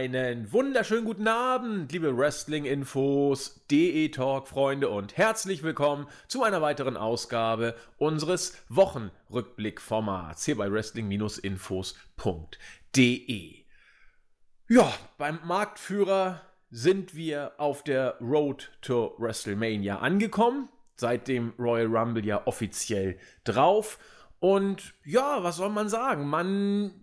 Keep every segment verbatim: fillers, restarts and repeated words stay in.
Einen wunderschönen guten Abend, liebe Wrestling-Infos, D E-Talk-Freunde und herzlich willkommen zu einer weiteren Ausgabe unseres Wochenrückblick-Formats hier bei wrestling Infos punkt de. Ja, beim Marktführer sind wir auf der Road to WrestleMania angekommen, seit dem Royal Rumble ja offiziell drauf. Und ja, was soll man sagen? Man...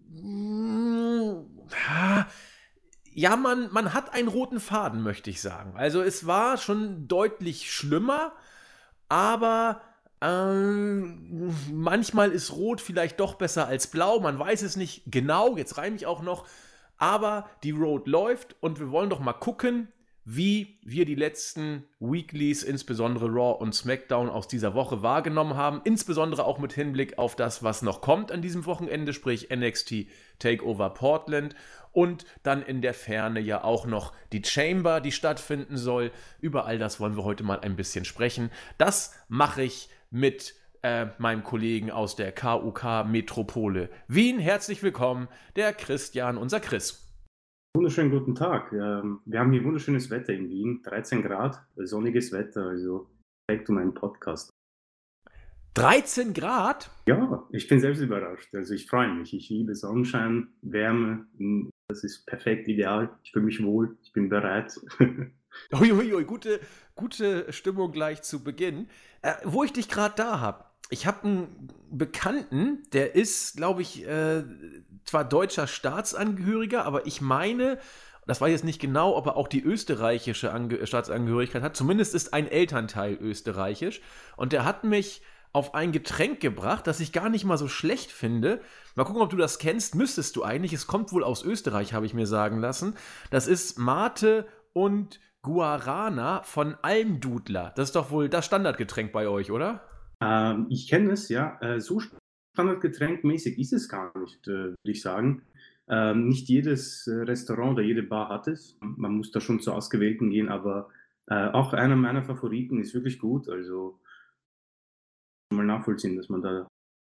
Ja, man, man hat einen roten Faden, möchte ich sagen. Also es war schon deutlich schlimmer, aber ähm, manchmal ist Rot vielleicht doch besser als Blau. Man weiß es nicht genau, jetzt reime ich auch noch. Aber die Road läuft und wir wollen doch mal gucken, wie wir die letzten Weeklies, insbesondere Raw und SmackDown aus dieser Woche wahrgenommen haben. Insbesondere auch mit Hinblick auf das, was noch kommt an diesem Wochenende, sprich N X T Takeover Portland. Und dann in der Ferne ja auch noch die Chamber, die stattfinden soll. Über all das wollen wir heute mal ein bisschen sprechen. Das mache ich mit äh, meinem Kollegen aus der K U K-Metropole Wien. Herzlich willkommen, der Christian, unser Chris. Wunderschönen guten Tag. Ähm, Wir haben hier wunderschönes Wetter in Wien, dreizehn Grad, sonniges Wetter, also perfekt um einen Podcast. dreizehn Grad? Ja, ich bin selbst überrascht. Also ich freue mich. Ich liebe Sonnenschein, Wärme. Das ist perfekt, ideal. Ich fühle mich wohl. Ich bin bereit. Uiuiui, gute, gute Stimmung gleich zu Beginn. Äh, wo ich dich gerade da habe. Ich habe einen Bekannten, der ist, glaube ich, äh, zwar deutscher Staatsangehöriger, aber ich meine, das weiß ich jetzt nicht genau, ob er auch die österreichische Ange- Staatsangehörigkeit hat. Zumindest ist ein Elternteil österreichisch. Und der hat mich auf ein Getränk gebracht, das ich gar nicht mal so schlecht finde. Mal gucken, ob du das kennst. Müsstest du eigentlich. Es kommt wohl aus Österreich, habe ich mir sagen lassen. Das ist Mate und Guarana von Almdudler. Das ist doch wohl das Standardgetränk bei euch, oder? Ähm, ich kenne es, ja. Äh, so standardgetränkmäßig ist es gar nicht, äh, würde ich sagen. Ähm, nicht jedes äh, Restaurant oder jede Bar hat es. Man muss da schon zu ausgewählten gehen, aber äh, auch einer meiner Favoriten ist wirklich gut. Also mal nachvollziehen, dass man da,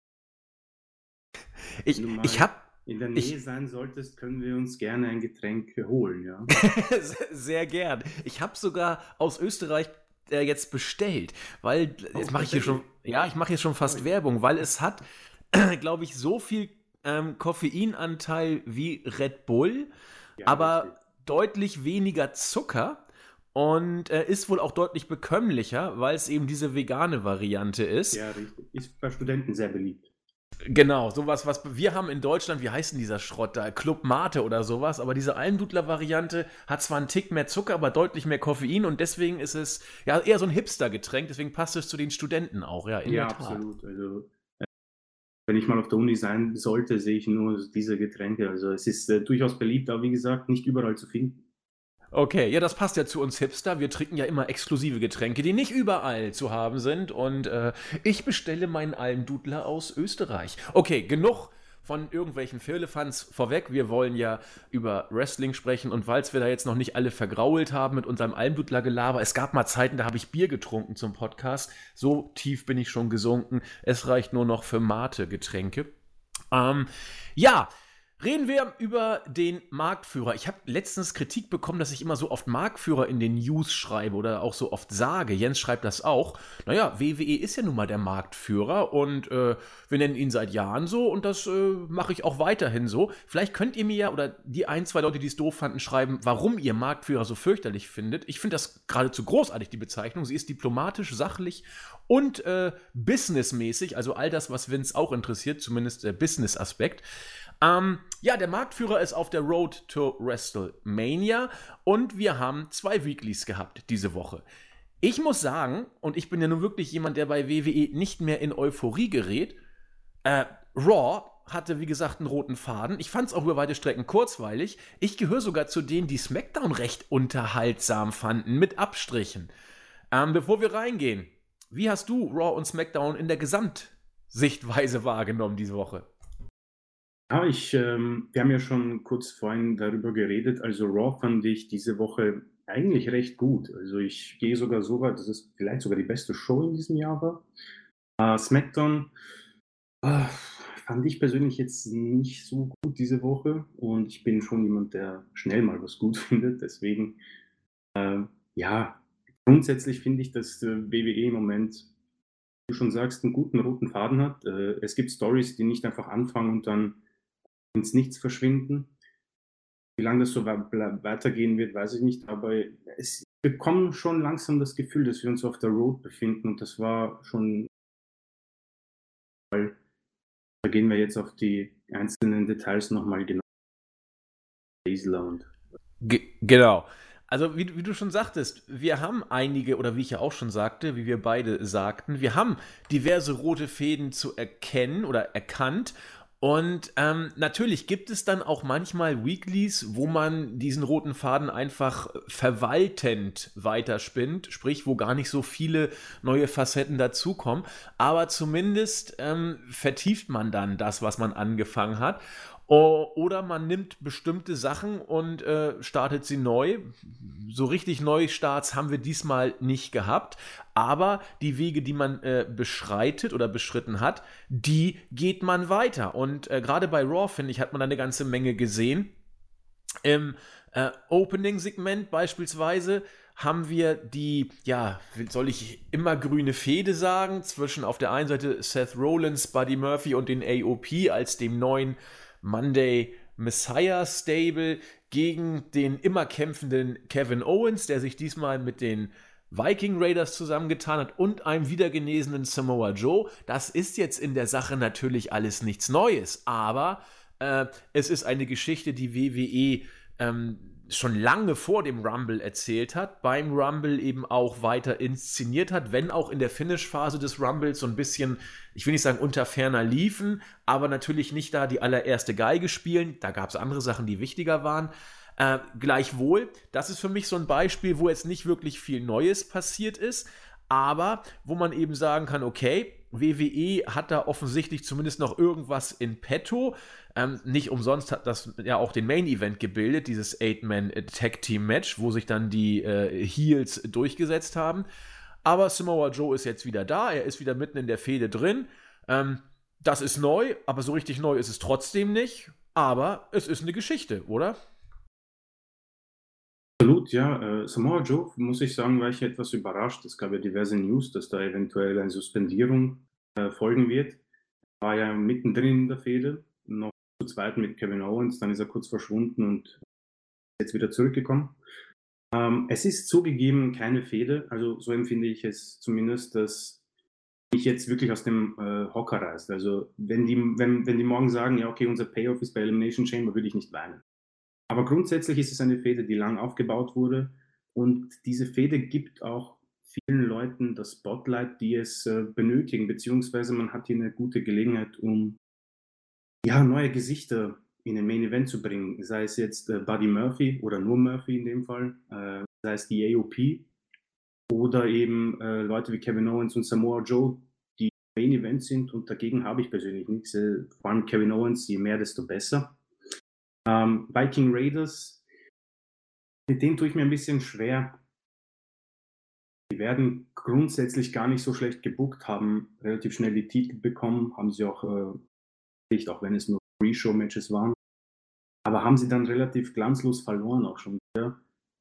Ich, wenn du ich mal habe in der ich, Nähe sein solltest, können wir uns gerne ein Getränk holen, ja. sehr gern. Ich habe sogar aus Österreich äh, jetzt bestellt, weil Oh, jetzt mache ich hier schon, tatsächlich. ja, ich mache hier schon fast Ui. Werbung, weil es hat, glaube ich, so viel ähm, Koffeinanteil wie Red Bull, Ja, richtig. aber deutlich weniger Zucker und äh, ist wohl auch deutlich bekömmlicher, weil es eben diese vegane Variante ist. Ja, richtig. Ist bei Studenten sehr beliebt. Genau, sowas, was wir haben in Deutschland, wie heißt denn dieser Schrott da? Club Mate oder sowas, aber diese Almdudler-Variante hat zwar einen Tick mehr Zucker, aber deutlich mehr Koffein und deswegen ist es ja eher so ein Hipster-Getränk, deswegen passt es zu den Studenten auch, ja, in Ja, der Tat. absolut. Also, wenn ich mal auf der Uni sein sollte, sehe ich nur diese Getränke. Also, es ist äh, durchaus beliebt, aber wie gesagt, nicht überall zu finden. Okay, ja, das passt ja zu uns Hipster. Wir trinken ja immer exklusive Getränke, die nicht überall zu haben sind. Und äh, ich bestelle meinen Almdudler aus Österreich. Okay, genug von irgendwelchen Firlefanz vorweg. Wir wollen ja über Wrestling sprechen. Und weil wir da jetzt noch nicht alle vergrault haben mit unserem Almdudler-Gelaber, es gab mal Zeiten, da habe ich Bier getrunken zum Podcast. So tief bin ich schon gesunken. Es reicht nur noch für Mate-Getränke. Ähm, ja, reden wir über den Marktführer. Ich habe letztens Kritik bekommen, dass ich immer so oft Marktführer in den News schreibe oder auch so oft sage. Jens schreibt das auch. Naja, W W E ist ja nun mal der Marktführer und äh, wir nennen ihn seit Jahren so und das äh, mache ich auch weiterhin so. Vielleicht könnt ihr mir ja oder die ein, zwei Leute, die es doof fanden, schreiben, warum ihr Marktführer so fürchterlich findet. Ich finde das geradezu großartig, die Bezeichnung. Sie ist diplomatisch, sachlich und äh, businessmäßig, also all das, was Vince auch interessiert, zumindest der Business-Aspekt. Ähm, ja, der Marktführer ist auf der Road to WrestleMania und wir haben zwei Weeklies gehabt diese Woche. Ich muss sagen, und ich bin ja nun wirklich jemand, der bei W W E nicht mehr in Euphorie gerät, äh, Raw hatte, wie gesagt, einen roten Faden. Ich fand es auch über weite Strecken kurzweilig. Ich gehöre sogar zu denen, die SmackDown recht unterhaltsam fanden, mit Abstrichen. Ähm, bevor wir reingehen, wie hast du Raw und SmackDown in der Gesamtsichtweise wahrgenommen diese Woche? Ja, ich, ähm, wir haben ja schon kurz vorhin darüber geredet. Also Raw fand ich diese Woche eigentlich recht gut. Also ich gehe sogar so weit, dass es vielleicht sogar die beste Show in diesem Jahr war. Äh, SmackDown, äh, fand ich persönlich jetzt nicht so gut diese Woche und ich bin schon jemand, der schnell mal was gut findet. Deswegen, äh, ja, grundsätzlich finde ich, dass äh, W W E im Moment, wie du schon sagst, einen guten roten Faden hat. Äh, es gibt Stories, die nicht einfach anfangen und dann ins Nichts verschwinden. Wie lange das so weitergehen wird, weiß ich nicht, aber es bekommen schon langsam das Gefühl, dass wir uns auf der Road befinden und das war schon, weil da gehen wir jetzt auf die einzelnen Details nochmal genau. Und Ge genau. Also wie, wie du schon sagtest, wir haben einige, oder wie ich ja auch schon sagte, wie wir beide sagten, wir haben diverse rote Fäden zu erkennen oder erkannt. Und ähm, natürlich gibt es dann auch manchmal Weeklies, wo man diesen roten Faden einfach verwaltend weiterspinnt, sprich, wo gar nicht so viele neue Facetten dazukommen. Aber zumindest ähm, vertieft man dann das, was man angefangen hat. O- Oder man nimmt bestimmte Sachen und äh, startet sie neu. So richtig Neustarts haben wir diesmal nicht gehabt. Aber die Wege, die man äh, beschreitet oder beschritten hat, die geht man weiter. Und äh, gerade bei Raw, finde ich, hat man da eine ganze Menge gesehen. Im äh, Opening-Segment beispielsweise haben wir die, ja, soll ich immer grüne Fehde sagen, zwischen auf der einen Seite Seth Rollins, Buddy Murphy und den A O P als dem neuen Monday Messiah Stable gegen den immer kämpfenden Kevin Owens, der sich diesmal mit den Viking Raiders zusammengetan hat und einem wiedergenesenen Samoa Joe. Das ist jetzt in der Sache natürlich alles nichts Neues, aber äh, es ist eine Geschichte, die W W E ähm, schon lange vor dem Rumble erzählt hat, beim Rumble eben auch weiter inszeniert hat, wenn auch in der Finish-Phase des Rumbles so ein bisschen, ich will nicht sagen unter ferner liefen, aber natürlich nicht da die allererste Geige spielen, da gab es andere Sachen, die wichtiger waren. Äh, gleichwohl, das ist für mich so ein Beispiel, wo jetzt nicht wirklich viel Neues passiert ist, aber wo man eben sagen kann, okay, W W E hat da offensichtlich zumindest noch irgendwas in petto. Ähm, nicht umsonst hat das ja auch den Main Event gebildet, dieses Eight-Man-Tag-Team-Match, wo sich dann die äh, Heels durchgesetzt haben. Aber Samoa Joe ist jetzt wieder da, er ist wieder mitten in der Fehde drin. Ähm, das ist neu, aber so richtig neu ist es trotzdem nicht. Aber es ist eine Geschichte, oder? absolut, ja. Äh, Samoa Joe, muss ich sagen, war ich etwas überrascht. Es gab ja diverse News, dass da eventuell eine Suspendierung äh, folgen wird. War ja mittendrin in der Fehde, noch zu zweit mit Kevin Owens, dann ist er kurz verschwunden und ist jetzt wieder zurückgekommen. Ähm, es ist zugegeben keine Fehde, also so empfinde ich es zumindest, dass mich jetzt wirklich aus dem äh, Hocker reißt. Also wenn die, wenn, wenn die morgen sagen, ja okay, unser Payoff ist bei Elimination Chamber, würde ich nicht weinen. Aber grundsätzlich ist es eine Fehde, die lang aufgebaut wurde und diese Fehde gibt auch vielen Leuten das Spotlight, die es äh, benötigen, beziehungsweise man hat hier eine gute Gelegenheit, um ja, neue Gesichter in den Main Event zu bringen, sei es jetzt äh, Buddy Murphy oder nur Murphy in dem Fall, äh, sei es die A O P oder eben äh, Leute wie Kevin Owens und Samoa Joe, die Main Event sind und dagegen habe ich persönlich nichts. Äh, vor allem Kevin Owens, je mehr, desto besser. Ähm, Viking Raiders, mit denen tue ich mir ein bisschen schwer. Die werden grundsätzlich gar nicht so schlecht gebuckt, haben relativ schnell die Titel bekommen, haben sie auch, äh, auch wenn es nur Pre-Show-Matches waren, aber haben sie dann relativ glanzlos verloren auch schon wieder.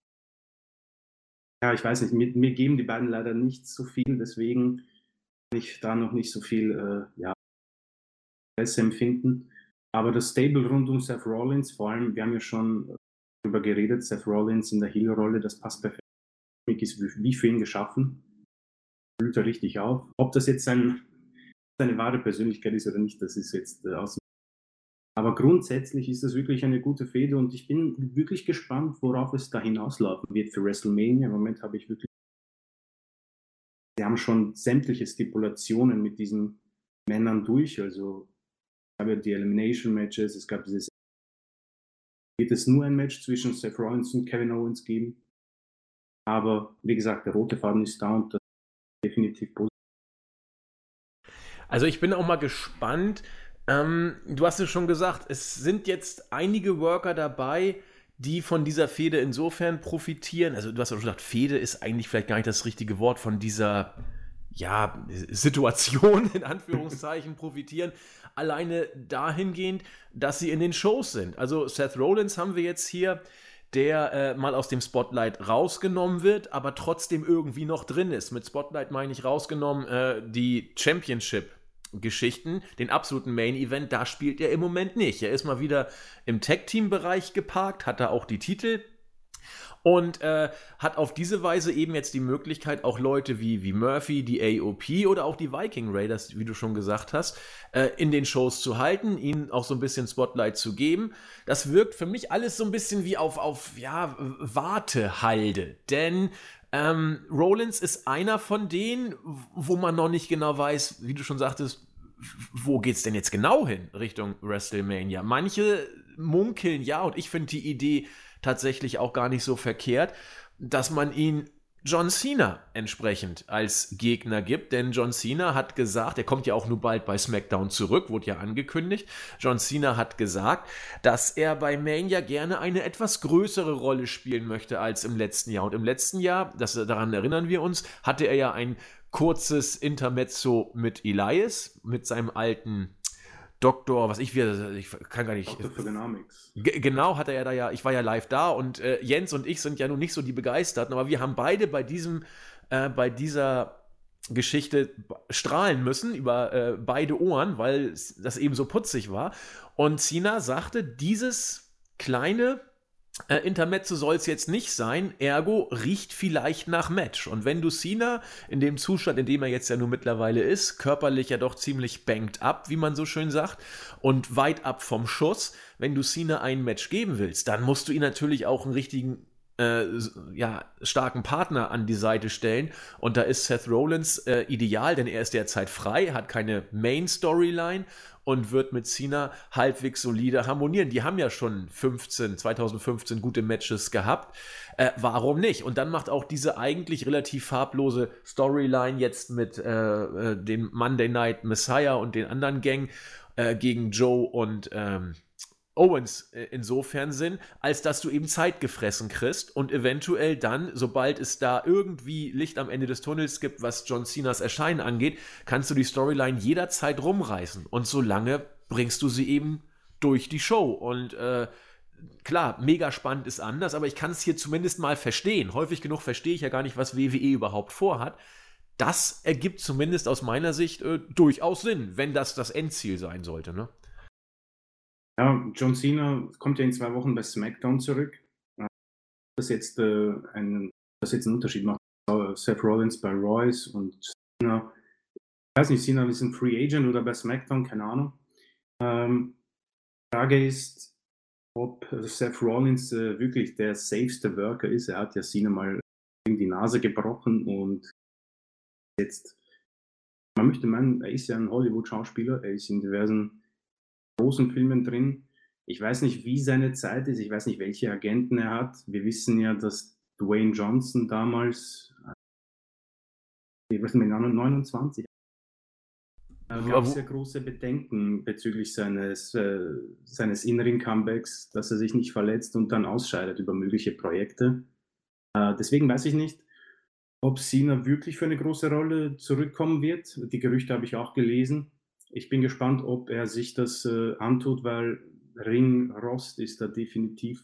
Ja, ich weiß nicht, mir, mir geben die beiden leider nicht so viel, deswegen kann ich da noch nicht so viel äh, ja, Interesse empfinden. Aber das Stable rund um Seth Rollins, vor allem, wir haben ja schon darüber geredet, Seth Rollins in der Heel-Rolle, das passt perfekt. Ist wie für ihn geschaffen. Blüht er richtig auf. Ob das jetzt sein, seine wahre Persönlichkeit ist oder nicht, das ist jetzt äh, aus. Aber grundsätzlich ist das wirklich eine gute Fehde und ich bin wirklich gespannt, worauf es da hinauslaufen wird für WrestleMania. Im Moment habe ich wirklich. Sie haben schon sämtliche Stipulationen mit diesen Männern durch. Also es gab ja die Elimination Matches, es gab dieses. Wird es nur ein Match zwischen Seth Rollins und Kevin Owens geben? Aber wie gesagt, der rote Faden ist da und das ist definitiv positiv. Also ich bin auch mal gespannt. Ähm, du hast es schon gesagt, es sind jetzt einige Worker dabei, die von dieser Fehde insofern profitieren. Also du hast ja schon gesagt, Fehde ist eigentlich vielleicht gar nicht das richtige Wort, von dieser ja, Situation in Anführungszeichen profitieren. Alleine dahingehend, dass sie in den Shows sind. Also Seth Rollins haben wir jetzt hier, der äh, mal aus dem Spotlight rausgenommen wird, aber trotzdem irgendwie noch drin ist. Mit Spotlight meine ich rausgenommen äh, die Championship-Geschichten, den absoluten Main-Event, da spielt er im Moment nicht. Er ist mal wieder im Tag-Team-Bereich geparkt, hat da auch die Titel und äh, hat auf diese Weise eben jetzt die Möglichkeit, auch Leute wie, wie Murphy, die A O P oder auch die Viking Raiders, wie du schon gesagt hast, äh, in den Shows zu halten, ihnen auch so ein bisschen Spotlight zu geben. Das wirkt für mich alles so ein bisschen wie auf, auf ja, Wartehalde, denn ähm, Rollins ist einer von denen, wo man noch nicht genau weiß, wie du schon sagtest, wo geht's denn jetzt genau hin Richtung WrestleMania? Manche munkeln ja, und ich finde die Idee tatsächlich auch gar nicht so verkehrt, dass man ihn John Cena entsprechend als Gegner gibt, denn John Cena hat gesagt, er kommt ja auch nur bald bei SmackDown zurück, wurde ja angekündigt, John Cena hat gesagt, dass er bei Mania gerne eine etwas größere Rolle spielen möchte als im letzten Jahr. Und im letzten Jahr, das, daran erinnern wir uns, hatte er ja ein kurzes Intermezzo mit Elias, mit seinem alten Doktor, was ich wieder, ich kann gar nicht. Doktor Dynamics. G- genau, hat er ja da ja, ich war ja live da und äh, Jens und ich sind ja nun nicht so die Begeisterten, aber wir haben beide bei diesem, äh, bei dieser Geschichte strahlen müssen über äh, beide Ohren, weil das eben so putzig war. Und Cena sagte, dieses kleine Äh, Intermezzo soll es jetzt nicht sein, ergo riecht vielleicht nach Match. Und wenn du Cena in dem Zustand, in dem er jetzt ja nun mittlerweile ist, körperlich ja doch ziemlich banged up, wie man so schön sagt, und weit ab vom Schuss, wenn du Cena ein Match geben willst, dann musst du ihn natürlich auch einen richtigen äh, ja, starken Partner an die Seite stellen. Und da ist Seth Rollins äh, ideal, denn er ist derzeit frei, hat keine Main-Storyline und wird mit Cena halbwegs solide harmonieren. Die haben ja schon fünfzehn, zwanzig fünfzehn gute Matches gehabt. Äh, warum nicht? Und dann macht auch diese eigentlich relativ farblose Storyline jetzt mit äh, äh, dem Monday Night Messiah und den anderen Gang äh, gegen Joe und ähm, Owens äh, insofern Sinn, als dass du eben Zeit gefressen kriegst und eventuell dann, sobald es da irgendwie Licht am Ende des Tunnels gibt, was John Cenas Erscheinen angeht, kannst du die Storyline jederzeit rumreißen und solange bringst du sie eben durch die Show und äh, klar, mega spannend ist anders, aber ich kann es hier zumindest mal verstehen. Häufig genug verstehe ich ja gar nicht, was W W E überhaupt vorhat. Das ergibt zumindest aus meiner Sicht äh, durchaus Sinn, wenn das das Endziel sein sollte, ne? Ja, John Cena kommt ja in zwei Wochen bei SmackDown zurück. Das jetzt, äh, ein, das jetzt einen Unterschied macht. Seth Rollins bei Royce und Cena. Ich weiß nicht, Cena ist ein Free Agent oder bei SmackDown, keine Ahnung. Ähm, die Frage ist, ob Seth Rollins äh, wirklich der safeste Worker ist. Er hat ja Cena mal in die Nase gebrochen und jetzt, man möchte meinen, er ist ja ein Hollywood-Schauspieler, er ist in diversen großen Filmen drin. Ich weiß nicht, wie seine Zeit ist, ich weiß nicht, welche Agenten er hat. Wir wissen ja, dass Dwayne Johnson damals, ich weiß nicht, neunundzwanzig, äh, gab es ja große Bedenken bezüglich seines, äh, seines inneren Comebacks, dass er sich nicht verletzt und dann ausscheidet über mögliche Projekte. Äh, deswegen weiß ich nicht, ob Cena wirklich für eine große Rolle zurückkommen wird. Die Gerüchte habe ich auch gelesen. Ich bin gespannt, ob er sich das äh, antut, weil Ringrost ist da definitiv.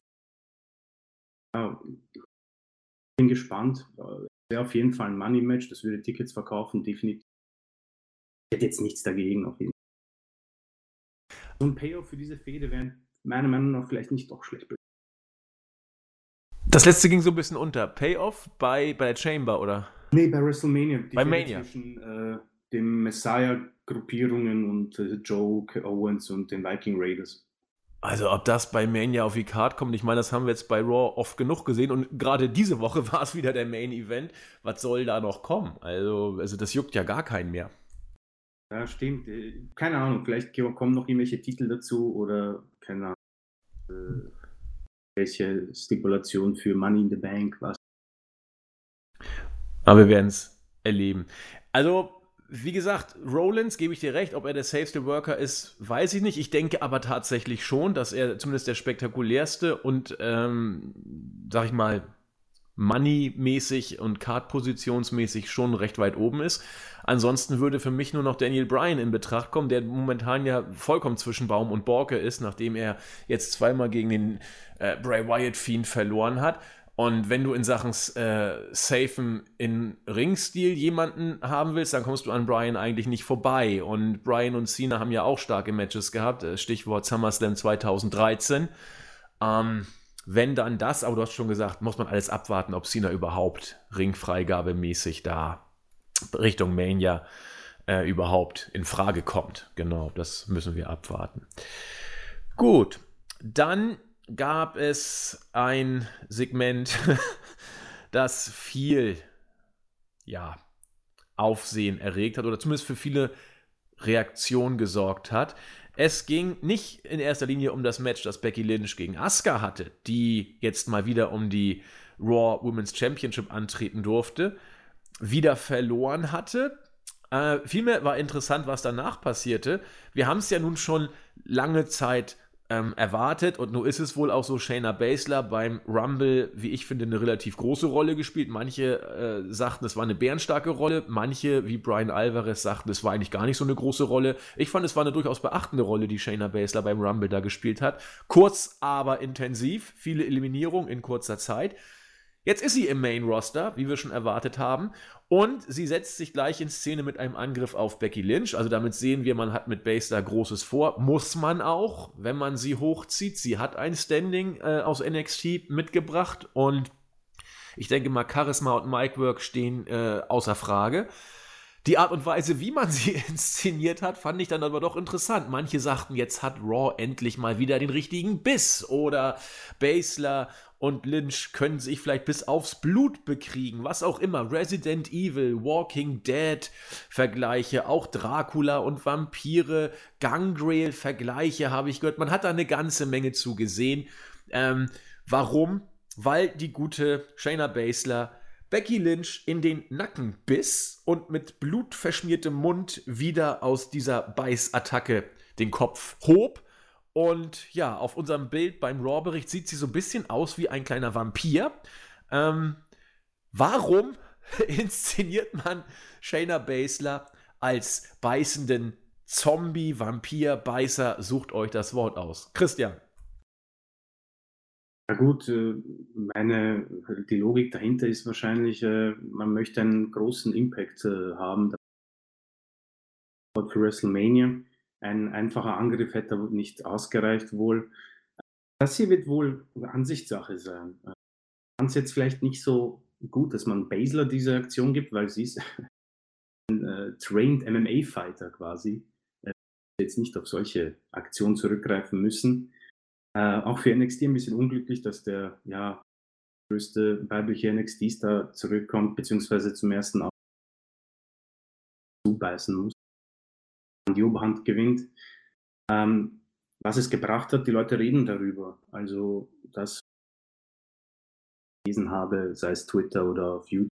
Ja, ich bin gespannt. Es wäre auf jeden Fall ein Money-Match, das würde Tickets verkaufen, definitiv. Ich hätte jetzt nichts dagegen, auf jeden Fall. So ein Payoff für diese Fehde wäre meiner Meinung nach vielleicht nicht doch schlecht. Das letzte ging so ein bisschen unter. Payoff bei, bei der Chamber, oder? Nee, bei WrestleMania. Die bei Fehde Mania. Zwischen äh, den Messiah-Gruppierungen und äh, Joe Owens und den Viking Raiders. Also ob das bei Mania auf die Card kommt, ich meine, das haben wir jetzt bei Raw oft genug gesehen und gerade diese Woche war es wieder der Main-Event. Was soll da noch kommen? Also, also das juckt ja gar keinen mehr. Ja, stimmt. Keine Ahnung, vielleicht kommen noch irgendwelche Titel dazu oder keine Ahnung, welche Stipulation für Money in the Bank, was. Aber wir werden es erleben. Also, wie gesagt, Rollins, gebe ich dir recht, ob er der safeste Worker ist, weiß ich nicht. Ich denke aber tatsächlich schon, dass er zumindest der spektakulärste und, ähm, sag ich mal, Money-mäßig und Card-positionsmäßig schon recht weit oben ist. Ansonsten würde für mich nur noch Daniel Bryan in Betracht kommen, der momentan ja vollkommen zwischen Baum und Borke ist, nachdem er jetzt zweimal gegen den äh, Bray Wyatt-Fiend verloren hat. Und wenn du in Sachen äh, Safen in Ringstil jemanden haben willst, dann kommst du an Bryan eigentlich nicht vorbei. Und Bryan und Cena haben ja auch starke Matches gehabt, Stichwort SummerSlam zweitausenddreizehn. Ähm, wenn dann das, aber du hast schon gesagt, muss man alles abwarten, ob Cena überhaupt ringfreigabemäßig da Richtung Mania äh, überhaupt in Frage kommt. Genau, das müssen wir abwarten. Gut, dann gab es ein Segment, das viel, ja, Aufsehen erregt hat oder zumindest für viele Reaktionen gesorgt hat. Es ging nicht in erster Linie um das Match, das Becky Lynch gegen Asuka hatte, die jetzt mal wieder um die Raw Women's Championship antreten durfte, wieder verloren hatte. Äh, vielmehr war interessant, was danach passierte. Wir haben es ja nun schon lange Zeit Ähm, erwartet und nun ist es wohl auch so, Shayna Baszler beim Rumble, wie ich finde, eine relativ große Rolle gespielt. Manche äh, sagten, es war eine bärenstarke Rolle, manche, wie Brian Alvarez, sagten, es war eigentlich gar nicht so eine große Rolle. Ich fand, es war eine durchaus beachtende Rolle, die Shayna Baszler beim Rumble da gespielt hat. Kurz, aber intensiv, viele Eliminierungen in kurzer Zeit. Jetzt ist sie im Main-Roster, wie wir schon erwartet haben, und sie setzt sich gleich in Szene mit einem Angriff auf Becky Lynch. Also damit sehen wir, man hat mit Baszler Großes vor. Muss man auch, wenn man sie hochzieht. Sie hat ein Standing äh, aus N X T mitgebracht und ich denke mal, Charisma und Micwork stehen äh, außer Frage. Die Art und Weise, wie man sie inszeniert hat, fand ich dann aber doch interessant. Manche sagten, jetzt hat Raw endlich mal wieder den richtigen Biss oder Baszler und Lynch können sich vielleicht bis aufs Blut bekriegen, was auch immer. Resident Evil, Walking Dead Vergleiche, auch Dracula und Vampire, Gangrel Vergleiche habe ich gehört. Man hat da eine ganze Menge zu gesehen. Ähm, warum? Weil die gute Shayna Baszler Becky Lynch in den Nacken biss und mit blutverschmiertem Mund wieder aus dieser Beißattacke den Kopf hob. Und ja, auf unserem Bild beim Raw-Bericht sieht sie so ein bisschen aus wie ein kleiner Vampir. Ähm, warum inszeniert man Shayna Baszler als beißenden Zombie, Vampir, Beißer? Sucht euch das Wort aus. Christian. Ja gut, meine, die Logik dahinter ist wahrscheinlich, man möchte einen großen Impact haben für WrestleMania. Ein einfacher Angriff hätte nicht ausgereicht wohl. Das hier wird wohl Ansichtssache sein. Ich fand es jetzt vielleicht nicht so gut, dass man Baszler diese Aktion gibt, weil sie ist ein äh, trained M M A-Fighter quasi. Äh, jetzt nicht auf solche Aktionen zurückgreifen müssen. Äh, auch für N X T ein bisschen unglücklich, dass der ja, größte weibliche N X T-Star zurückkommt, beziehungsweise zum ersten auch zubeißen muss und die Oberhand gewinnt. Ähm, was es gebracht hat, die Leute reden darüber. Also das, was ich gelesen habe, sei es Twitter oder auf YouTube,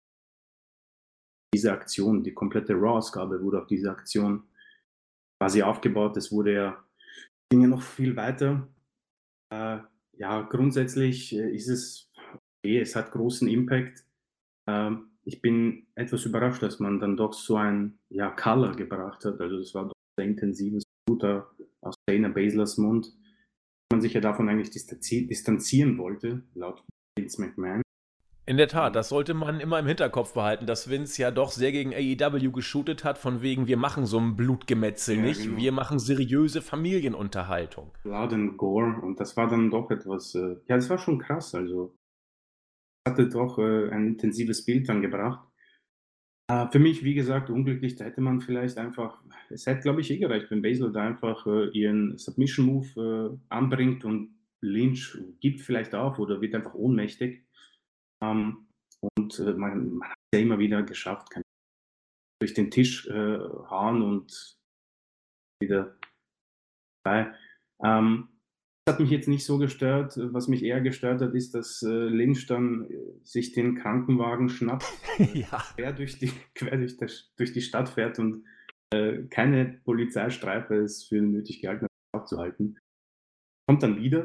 diese Aktion, die komplette Raw-Ausgabe wurde auf diese Aktion quasi aufgebaut. Es wurde ja, ging ja noch viel weiter. Äh, ja, grundsätzlich ist es okay, es hat großen Impact. Ähm, ich bin etwas überrascht, dass man dann doch so ein ja, Color gebracht hat. Also das war doch sehr intensives Blut aus Shayna Baszlers Mund. Man sich ja davon eigentlich distanzi- distanzieren wollte, laut Vince McMahon. In der Tat, das sollte man immer im Hinterkopf behalten, dass Vince ja doch sehr gegen A E W geshootet hat, von wegen, wir machen so ein Blutgemetzel Ja, nicht, genau. wir machen seriöse Familienunterhaltung. Blood and Gore, und das war dann doch etwas, äh, ja, das war schon krass, also hatte doch äh, ein intensives Bild dann gebracht. Äh, für mich, wie gesagt, unglücklich, da hätte man vielleicht einfach, es hätte, glaube ich, eh gereicht, wenn Baszler da einfach äh, ihren Submission-Move äh, anbringt und Lynch gibt vielleicht auf oder wird einfach ohnmächtig. Ähm, und äh, man, man hat es ja immer wieder geschafft, kann durch den Tisch äh, hauen und wieder bei. Ähm, das hat mich jetzt nicht so gestört. Was mich eher gestört hat, ist, dass äh, Lynch dann äh, sich den Krankenwagen schnappt, äh, Ja. quer, durch die, quer durch, das, durch die Stadt fährt und äh, keine Polizeistreife es für nötig gehalten hat, abzuhalten. Kommt dann wieder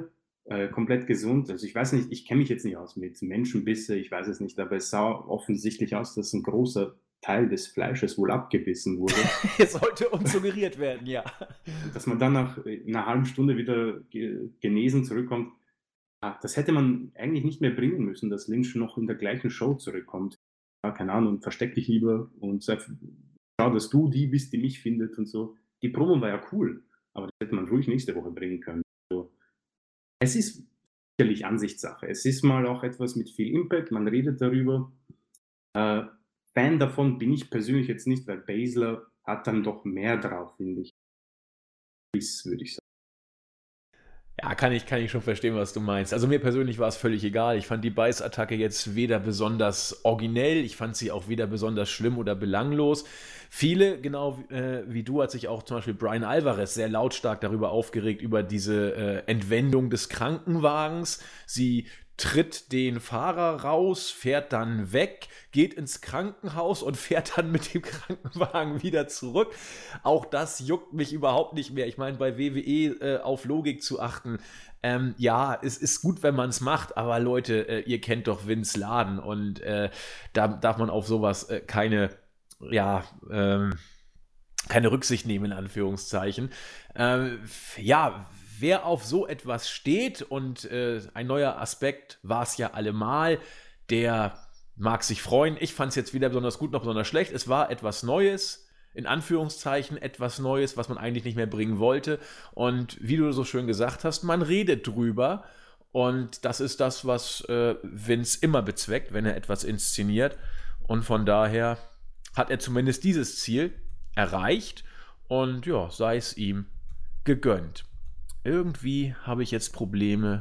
äh, komplett gesund. Also ich weiß nicht, ich kenne mich jetzt nicht aus mit Menschenbisse, ich weiß es nicht, aber es sah offensichtlich aus, dass ein großer Teil des Fleisches wohl abgebissen wurde. Es sollte uns suggeriert werden, ja. Und dass man dann nach einer halben Stunde wieder ge genesen zurückkommt, ah, das hätte man eigentlich nicht mehr bringen müssen, dass Lynch noch in der gleichen Show zurückkommt. Ja, keine Ahnung, versteck dich lieber und sei, schau, dass du die bist, die mich findet und so. Die Promo war ja cool, aber das hätte man ruhig nächste Woche bringen können. So. Es ist sicherlich Ansichtssache. Es ist mal auch etwas mit viel Impact, man redet darüber. Äh, Fan davon bin ich persönlich jetzt nicht, weil Baszler hat dann doch mehr drauf, finde ich. Ist, würde ich sagen. Ja, kann ich, kann ich schon verstehen, was du meinst. Also mir persönlich war es völlig egal. Ich fand die Beißattacke jetzt weder besonders originell, ich fand sie auch weder besonders schlimm oder belanglos. Viele, genau äh, wie du, hat sich auch zum Beispiel Brian Alvarez sehr lautstark darüber aufgeregt, über diese äh, Entwendung des Krankenwagens. Sie tritt den Fahrer raus, fährt dann weg, geht ins Krankenhaus und fährt dann mit dem Krankenwagen wieder zurück. Auch das juckt mich überhaupt nicht mehr. Ich meine, bei W W E äh, auf Logik zu achten, ähm, ja, es ist gut, wenn man es macht, aber Leute, äh, ihr kennt doch Vince Laden und äh, da darf man auf sowas äh, keine, ja, ähm, keine Rücksicht nehmen, in Anführungszeichen. Ähm, ja, wer auf so etwas steht und äh, ein neuer Aspekt war es ja allemal, der mag sich freuen. Ich fand es jetzt weder besonders gut noch besonders schlecht. Es war etwas Neues, in Anführungszeichen etwas Neues, was man eigentlich nicht mehr bringen wollte. Und wie du so schön gesagt hast, man redet drüber. Und das ist das, was äh, Vince immer bezweckt, wenn er etwas inszeniert. Und von daher hat er zumindest dieses Ziel erreicht. Und ja, sei es ihm gegönnt. Irgendwie habe ich jetzt Probleme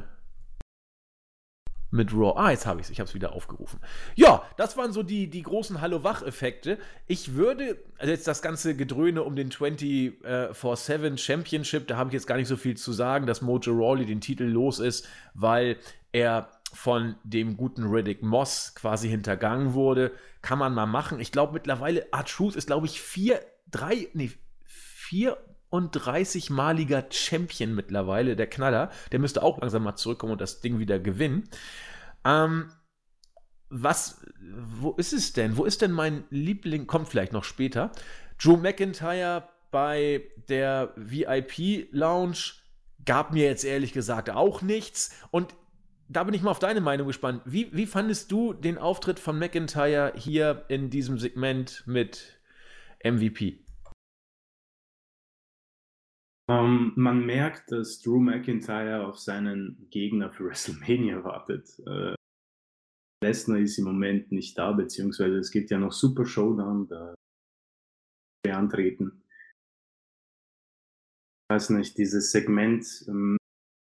mit Raw. Ah, jetzt habe ich es. Ich habe es wieder aufgerufen. Ja, das waren so die, die großen Hallo-Wach-Effekte. Ich würde, also jetzt das ganze Gedröhne um den vierundzwanzig sieben Championship, da habe ich jetzt gar nicht so viel zu sagen, dass Mojo Rawley den Titel los ist, weil er von dem guten Riddick Moss quasi hintergangen wurde. Kann man mal machen. Ich glaube mittlerweile, R-Truth ist, glaube ich, vier, drei, nee, vier und dreißig-maliger Champion mittlerweile, der Knaller. Der müsste auch langsam mal zurückkommen und das Ding wieder gewinnen. Ähm, was, wo ist es denn? Wo ist denn mein Liebling? Kommt vielleicht noch später. Drew McIntyre bei der V I P-Lounge gab mir jetzt ehrlich gesagt auch nichts. Und da bin ich mal auf deine Meinung gespannt. Wie, wie fandest du den Auftritt von McIntyre hier in diesem Segment mit M V P? Um, man merkt, dass Drew McIntyre auf seinen Gegner für WrestleMania wartet. Äh, Lesnar ist im Moment nicht da, beziehungsweise es gibt ja noch Super Showdown, da wir antreten. Ich weiß nicht, dieses Segment ähm,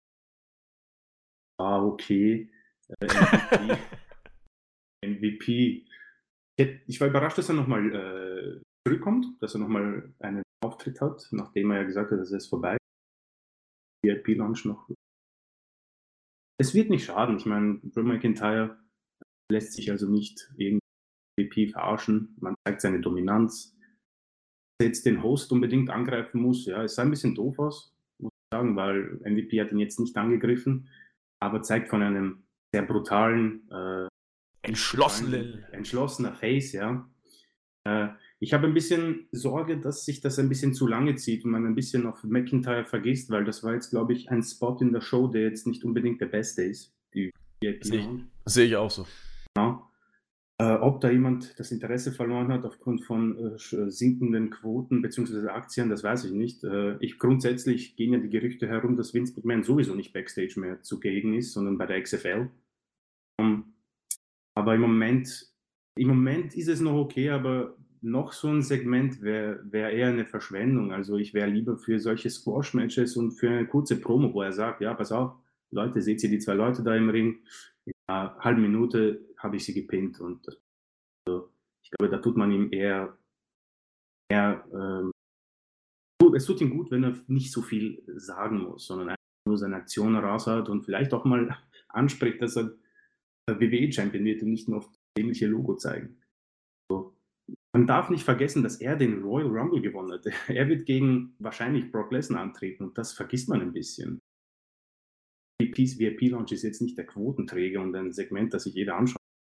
war okay. Äh, M V P. M V P. Ich, ich war überrascht, dass er nochmal äh, zurückkommt, dass er nochmal einen Auftritt hat, nachdem er ja gesagt hat, dass es vorbei ist. V I P-Lounge noch. Es wird nicht schaden. Ich meine, Drew McIntyre lässt sich also nicht irgendwie M V P verarschen. Man zeigt seine Dominanz. Dass er jetzt den Host unbedingt angreifen muss, ja, es sah ein bisschen doof aus, muss ich sagen, weil M V P hat ihn jetzt nicht angegriffen, aber zeigt von einem sehr brutalen, äh, Entschlossenen. entschlossener Face, ja. Äh, ich habe ein bisschen Sorge, dass sich das ein bisschen zu lange zieht und man ein bisschen auf McIntyre vergisst, weil das war jetzt, glaube ich, ein Spot in der Show, der jetzt nicht unbedingt der beste ist. Die V I P-Lounge. Sehe ich auch so. Genau. Äh, ob da jemand das Interesse verloren hat aufgrund von äh, sinkenden Quoten bzw. Aktien, das weiß ich nicht. Äh, ich, grundsätzlich gehen ja die Gerüchte herum, dass Vince McMahon sowieso nicht Backstage mehr zugegen ist, sondern bei der X F L. Um, aber im Moment, im Moment ist es noch okay, aber noch so ein Segment wäre wär eher eine Verschwendung. Also ich wäre lieber für solche Squash-Matches und für eine kurze Promo, wo er sagt, ja, pass auf, Leute, seht ihr die zwei Leute da im Ring? In einer halben Minute habe ich sie gepinnt und das, also, ich glaube, da tut man ihm eher, eher ähm, es tut ihm gut, wenn er nicht so viel sagen muss, sondern einfach nur seine Aktion raus hat und vielleicht auch mal anspricht, dass er W W E-Champion wird und nicht nur auf das ähnliche Logo zeigen. So. Man darf nicht vergessen, dass er den Royal Rumble gewonnen hat. Er wird gegen wahrscheinlich Brock Lesnar antreten und das vergisst man ein bisschen. V Ps V I P-Lounge ist jetzt nicht der Quotenträger und ein Segment, das sich jeder anschaut.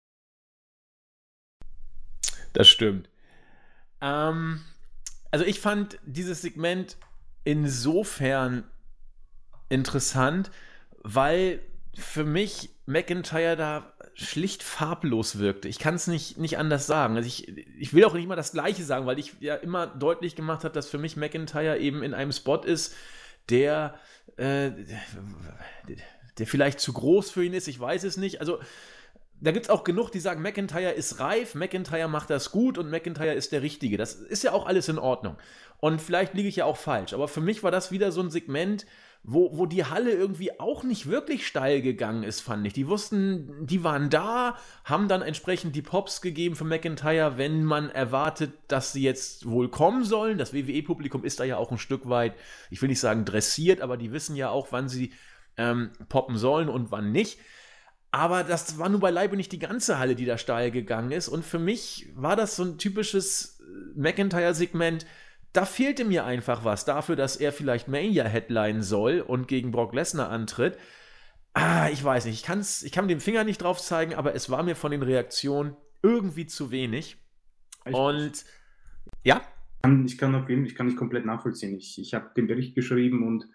Das stimmt. Ähm, also ich fand dieses Segment insofern interessant, weil für mich McIntyre da schlicht farblos wirkte. Ich kann es nicht, nicht anders sagen. Also ich, ich will auch nicht mal das Gleiche sagen, weil ich ja immer deutlich gemacht habe, dass für mich McIntyre eben in einem Spot ist, der, äh, der vielleicht zu groß für ihn ist. Ich weiß es nicht. Also da gibt es auch genug, die sagen, McIntyre ist reif, McIntyre macht das gut und McIntyre ist der Richtige. Das ist ja auch alles in Ordnung. Und vielleicht liege ich ja auch falsch. Aber für mich war das wieder so ein Segment, wo, wo die Halle irgendwie auch nicht wirklich steil gegangen ist, fand ich. Die wussten, die waren da, haben dann entsprechend die Pops gegeben für McIntyre, wenn man erwartet, dass sie jetzt wohl kommen sollen. Das W W E-Publikum ist da ja auch ein Stück weit, ich will nicht sagen dressiert, aber die wissen ja auch, wann sie ähm, poppen sollen und wann nicht. Aber das war nun beileibe nicht die ganze Halle, die da steil gegangen ist. Und für mich war das so ein typisches McIntyre-Segment. Da fehlte mir einfach was dafür, dass er vielleicht Mania-Headline soll und gegen Brock Lesnar antritt. Ah, ich weiß nicht. Ich, kann's, ich kann mit dem Finger nicht drauf zeigen, aber es war mir von den Reaktionen irgendwie zu wenig. Ich, und ja? Ich kann auf jeden Fall, ich kann nicht komplett nachvollziehen. Ich, ich habe den Bericht geschrieben und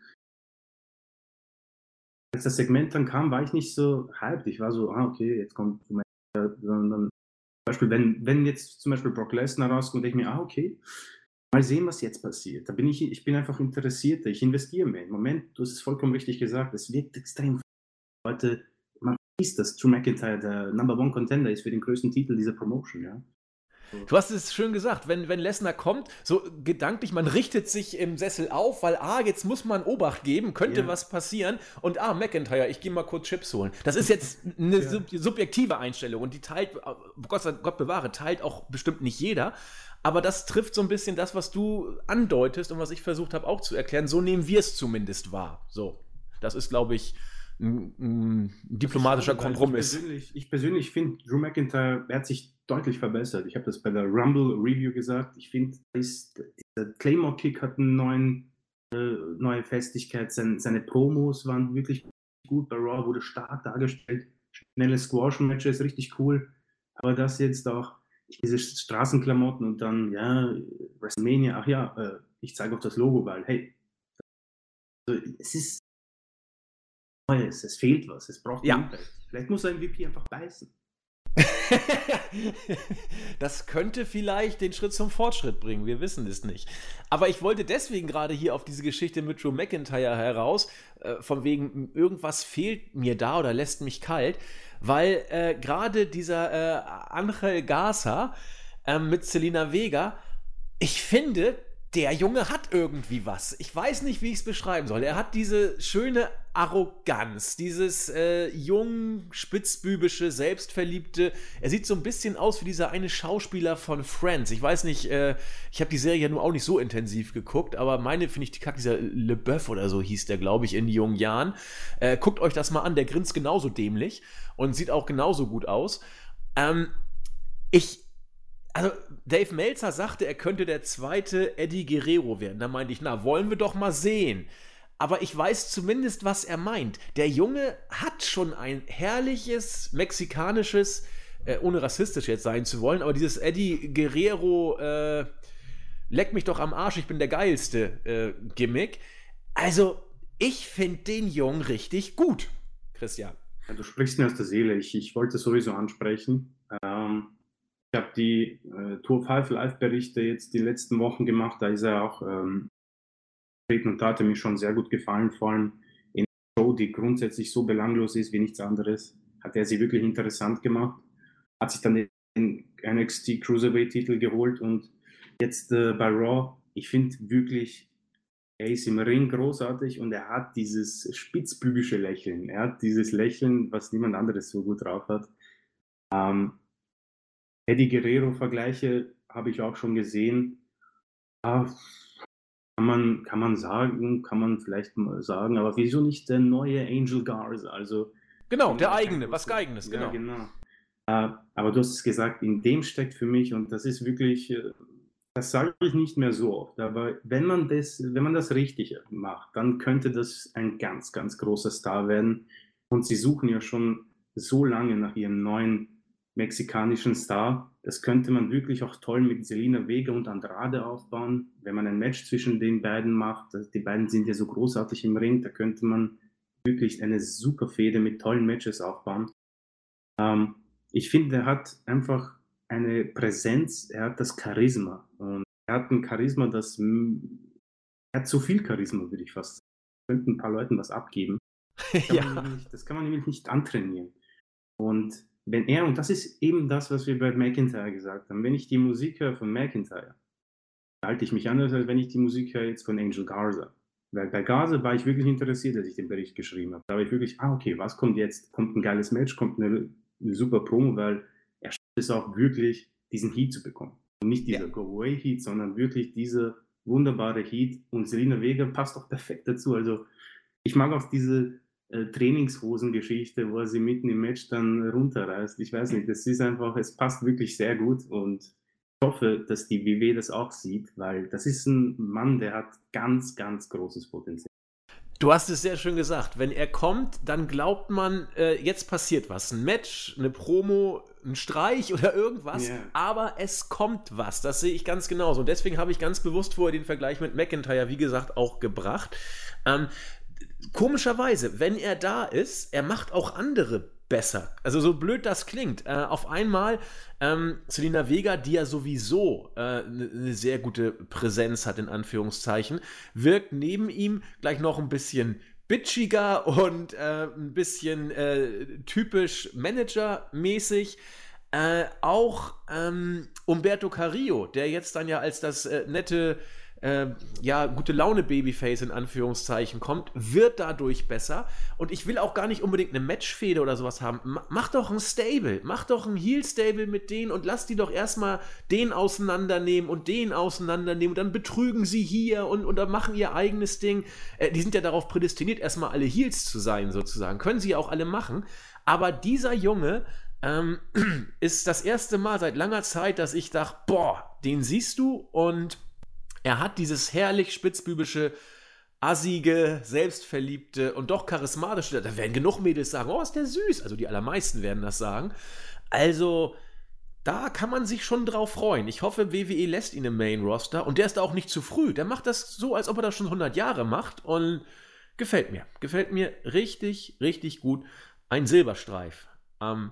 als das Segment dann kam, war ich nicht so hyped. Ich war so, ah, okay, jetzt kommt sondern zum Beispiel, wenn, wenn jetzt zum Beispiel Brock Lesnar rauskommt, denke ich mir, ah, okay, mal sehen, was jetzt passiert. Da bin ich, ich bin einfach interessierter, ich investiere mehr. Im Moment, du hast es vollkommen richtig gesagt, es wirkt extrem. Leute, man liest, dass Drew McIntyre der Number One Contender ist für den größten Titel dieser Promotion, ja. Du hast es schön gesagt, wenn, wenn Lesnar kommt, so gedanklich, man richtet sich im Sessel auf, weil ah, jetzt muss man Obacht geben, könnte yeah. was passieren und ah, McIntyre, ich gehe mal kurz Chips holen. Das ist jetzt eine ja. sub- subjektive Einstellung und die teilt, Gott, Gott bewahre, teilt auch bestimmt nicht jeder, aber das trifft so ein bisschen das, was du andeutest und was ich versucht habe auch zu erklären, so nehmen wir es zumindest wahr. So, das ist, glaube ich, ein, ein diplomatischer ich Kompromiss. Ich persönlich, persönlich finde, Drew McIntyre, er hat sich deutlich verbessert. Ich habe das bei der Rumble Review gesagt. Ich finde, dieser Claymore-Kick hat eine neuen, äh, neue Festigkeit. Sein, seine Promos waren wirklich gut. Bei Raw wurde stark dargestellt. Schnelle Squash-Matches, richtig cool. Aber das jetzt auch, diese Straßenklamotten und dann, ja, WrestleMania, ach ja, äh, ich zeige auch das Logo, weil, hey, also, es ist Neues, es fehlt was, es braucht ja. Impact. Vielleicht muss ein V P einfach beißen. Das könnte vielleicht den Schritt zum Fortschritt bringen, wir wissen es nicht. Aber ich wollte deswegen gerade hier auf diese Geschichte mit Drew McIntyre heraus, äh, von wegen, irgendwas fehlt mir da oder lässt mich kalt, weil äh, gerade dieser äh, Angel Garza äh, mit Zelina Vega, ich finde, der Junge hat irgendwie was. Ich weiß nicht, wie ich es beschreiben soll. Er hat diese schöne Arroganz, dieses äh, jung, spitzbübische, selbstverliebte. Er sieht so ein bisschen aus wie dieser eine Schauspieler von Friends. Ich weiß nicht, äh, ich habe die Serie ja nur auch nicht so intensiv geguckt, aber meine finde ich die Kacke, dieser LeBeouf oder so hieß der, glaube ich, in jungen Jahren. Äh, guckt euch das mal an, der grinst genauso dämlich und sieht auch genauso gut aus. Ähm, ich Also, Dave Meltzer sagte, er könnte der zweite Eddie Guerrero werden. Da meinte ich, na, wollen wir doch mal sehen. Aber ich weiß zumindest, was er meint. Der Junge hat schon ein herrliches, mexikanisches, äh, ohne rassistisch jetzt sein zu wollen, aber dieses Eddie Guerrero, äh, leck mich doch am Arsch, ich bin der Geilste, äh, Gimmick. Also, ich finde den Jungen richtig gut, Christian. Ja, du sprichst mir aus der Seele. Ich, ich wollte es sowieso ansprechen. Ähm, Ich habe die äh, Tour fünf Live-Berichte jetzt die letzten Wochen gemacht. Da ist er auch ähm, und da hat er mir schon sehr gut gefallen. Vor allem in einer Show, die grundsätzlich so belanglos ist wie nichts anderes, hat er sie wirklich interessant gemacht. Hat sich dann den N X T Cruiserweight-Titel geholt und jetzt äh, bei Raw, ich finde wirklich, er ist im Ring großartig und er hat dieses spitzbübische Lächeln. Er hat dieses Lächeln, was niemand anderes so gut drauf hat. Ähm, Eddie Guerrero-Vergleiche habe ich auch schon gesehen. Ah, kann man, kann man sagen, kann man vielleicht mal sagen, aber wieso nicht der neue Angel Garza? Also, genau, der eigene, was Eigenes, ja, genau. genau. Äh, aber du hast es gesagt, in dem steckt für mich, und das ist wirklich, äh, Das sage ich nicht mehr so oft, aber wenn man das, wenn man das richtig macht, dann könnte das ein ganz, ganz großer Star werden. Und sie suchen ja schon so lange nach ihrem neuen mexikanischen Star. Das könnte man wirklich auch toll mit Zelina Vega und Andrade aufbauen, wenn man ein Match zwischen den beiden macht. Die beiden sind ja so großartig im Ring, da könnte man wirklich eine super Fehde mit tollen Matches aufbauen. Ähm, ich finde, er hat einfach eine Präsenz, er hat das Charisma. Und er hat ein Charisma, das er hat zu viel Charisma, würde ich fast sagen. Könnten ein paar Leuten was abgeben. Das kann, Ja. man nämlich, das kann man nämlich nicht antrainieren. Und wenn er, und das ist eben das, was wir bei McIntyre gesagt haben, wenn ich die Musik höre von McIntyre, halte ich mich anders, als wenn ich die Musik höre jetzt von Angel Garza. Weil bei Garza war ich wirklich interessiert, als ich den Bericht geschrieben habe. Da war ich wirklich, ah, okay, was kommt jetzt? Kommt ein geiles Match, kommt eine, eine super Promo, weil er schafft es auch wirklich, diesen Heat zu bekommen. Und nicht dieser Ja. Go-Away-Heat, sondern wirklich dieser wunderbare Heat. Und Zelina Vega passt auch perfekt dazu. Also ich mag auch diese äh, Trainingshosen-Geschichte, wo er sie mitten im Match dann runterreißt. Ich weiß nicht, das ist einfach, es passt wirklich sehr gut und ich hoffe, dass die W W das auch sieht, weil das ist ein Mann, der hat ganz, ganz großes Potenzial. Du hast es sehr schön gesagt. Wenn er kommt, dann glaubt man, äh, jetzt passiert was. Ein Match, eine Promo, ein Streich oder irgendwas. Yeah. Aber es kommt was. Das sehe ich ganz genauso. Und deswegen habe ich ganz bewusst vorher den Vergleich mit McIntyre, wie gesagt, auch gebracht. Ähm, komischerweise, wenn er da ist, er macht auch andere besser. Also so blöd das klingt. Äh, auf einmal ähm, Zelina Vega, die ja sowieso eine äh, ne sehr gute Präsenz hat, in Anführungszeichen, wirkt neben ihm gleich noch ein bisschen bitchiger und äh, ein bisschen äh, typisch Manager-mäßig. Äh, auch ähm, Humberto Carrillo, der jetzt dann ja als das äh, nette Äh, ja, gute Laune Babyface in Anführungszeichen kommt, wird dadurch besser. Und ich will auch gar nicht unbedingt eine Matchfehde oder sowas haben. M- mach doch ein Stable, mach doch ein Heel-Stable mit denen und lass die doch erstmal den auseinandernehmen und den auseinandernehmen und dann betrügen sie hier und, und dann machen ihr eigenes Ding. Äh, die sind ja darauf prädestiniert, erstmal alle Heels zu sein, sozusagen. Können sie ja auch alle machen. Aber dieser Junge ähm, ist das erste Mal seit langer Zeit, dass ich dachte, boah, den siehst du und er hat dieses herrlich spitzbübische, assige, selbstverliebte und doch charismatische. Da werden genug Mädels sagen, oh, ist der süß. Also die allermeisten werden das sagen. Also da kann man sich schon drauf freuen. Ich hoffe, W W E lässt ihn im Main Roster und der ist da auch nicht zu früh. Der macht das so, als ob er das schon hundert Jahre macht und gefällt mir. Gefällt mir richtig, richtig gut. Ein Silberstreif am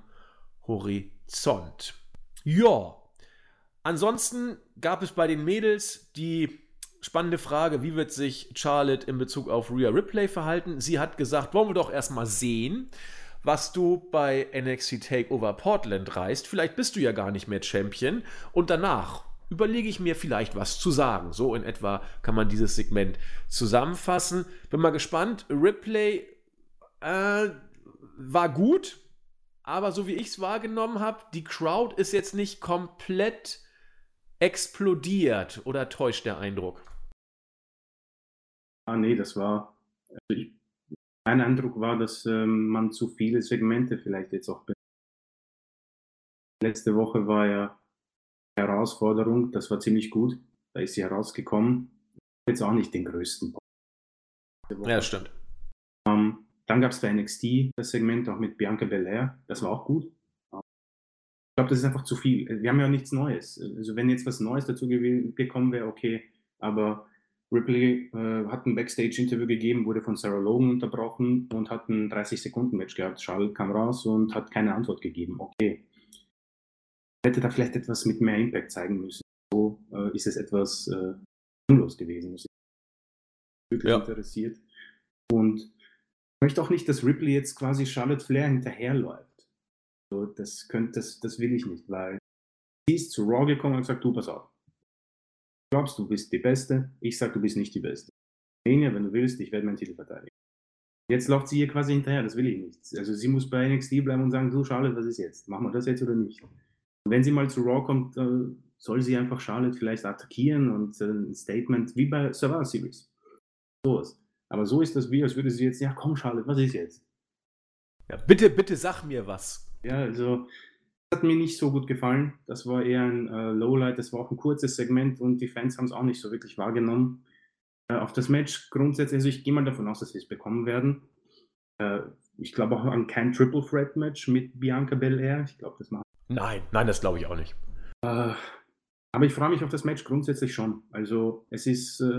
Horizont. Ja. Ansonsten gab es bei den Mädels die spannende Frage, wie wird sich Charlotte in Bezug auf Rhea Ripley verhalten? Sie hat gesagt, wollen wir doch erstmal sehen, was du bei N X T TakeOver Portland reißt. Vielleicht bist du ja gar nicht mehr Champion und danach überlege ich mir vielleicht was zu sagen. So in etwa kann man dieses Segment zusammenfassen. Bin mal gespannt. Ripley äh, war gut, aber so wie ich es wahrgenommen habe, die Crowd ist jetzt nicht komplett explodiert, oder täuscht der Eindruck? Ah, nee, das war, also ich, mein Eindruck war, dass ähm, man zu viele Segmente vielleicht jetzt auch. Letzte Woche war ja Herausforderung, das war ziemlich gut, da ist sie herausgekommen. Jetzt auch nicht den größten. Ja, stimmt. Ähm, dann gab es bei N X T das Segment auch mit Bianca Belair, das war auch gut. Ich glaube, das ist einfach zu viel. Wir haben ja nichts Neues. Also wenn jetzt was Neues dazu gekommen wäre, okay. Aber Ripley äh, hat ein Backstage-Interview gegeben, wurde von Sarah Logan unterbrochen und hat ein dreißig-Sekunden-Match gehabt. Charlotte kam raus und hat keine Antwort gegeben. Okay. Hätte da vielleicht etwas mit mehr Impact zeigen müssen. So äh, ist es etwas äh, sinnlos gewesen. Das ist wirklich Ja. interessiert. Und ich möchte auch nicht, dass Ripley jetzt quasi Charlotte Flair hinterherläuft. So, das, könnt, das, das will ich nicht, weil sie ist zu Raw gekommen und gesagt, du, pass auf. Du glaubst, du bist die Beste, ich sag, du bist nicht die Beste. Mania, wenn du willst, ich werde meinen Titel verteidigen. Jetzt läuft sie hier quasi hinterher, das will ich nicht. Also sie muss bei N X T bleiben und sagen, du Charlotte, was ist jetzt? Machen wir das jetzt oder nicht? Und wenn sie mal zu Raw kommt, äh, soll sie einfach Charlotte vielleicht attackieren und äh, ein Statement, wie bei Survivor Series. So was. Aber so ist das wie, als würde sie jetzt, ja komm Charlotte, was ist jetzt? Ja, bitte, bitte sag mir was. Ja, also hat mir nicht so gut gefallen. Das war eher ein äh, Lowlight, das war auch ein kurzes Segment und die Fans haben es auch nicht so wirklich wahrgenommen. Äh, auf das Match grundsätzlich, also ich gehe mal davon aus, dass sie es bekommen werden. Äh, ich glaube auch an kein Triple Threat Match mit Bianca Belair. Ich glaube, das macht. Nein, nein, das glaube ich auch nicht. Äh, aber ich freue mich auf das Match grundsätzlich schon. Also es ist, äh,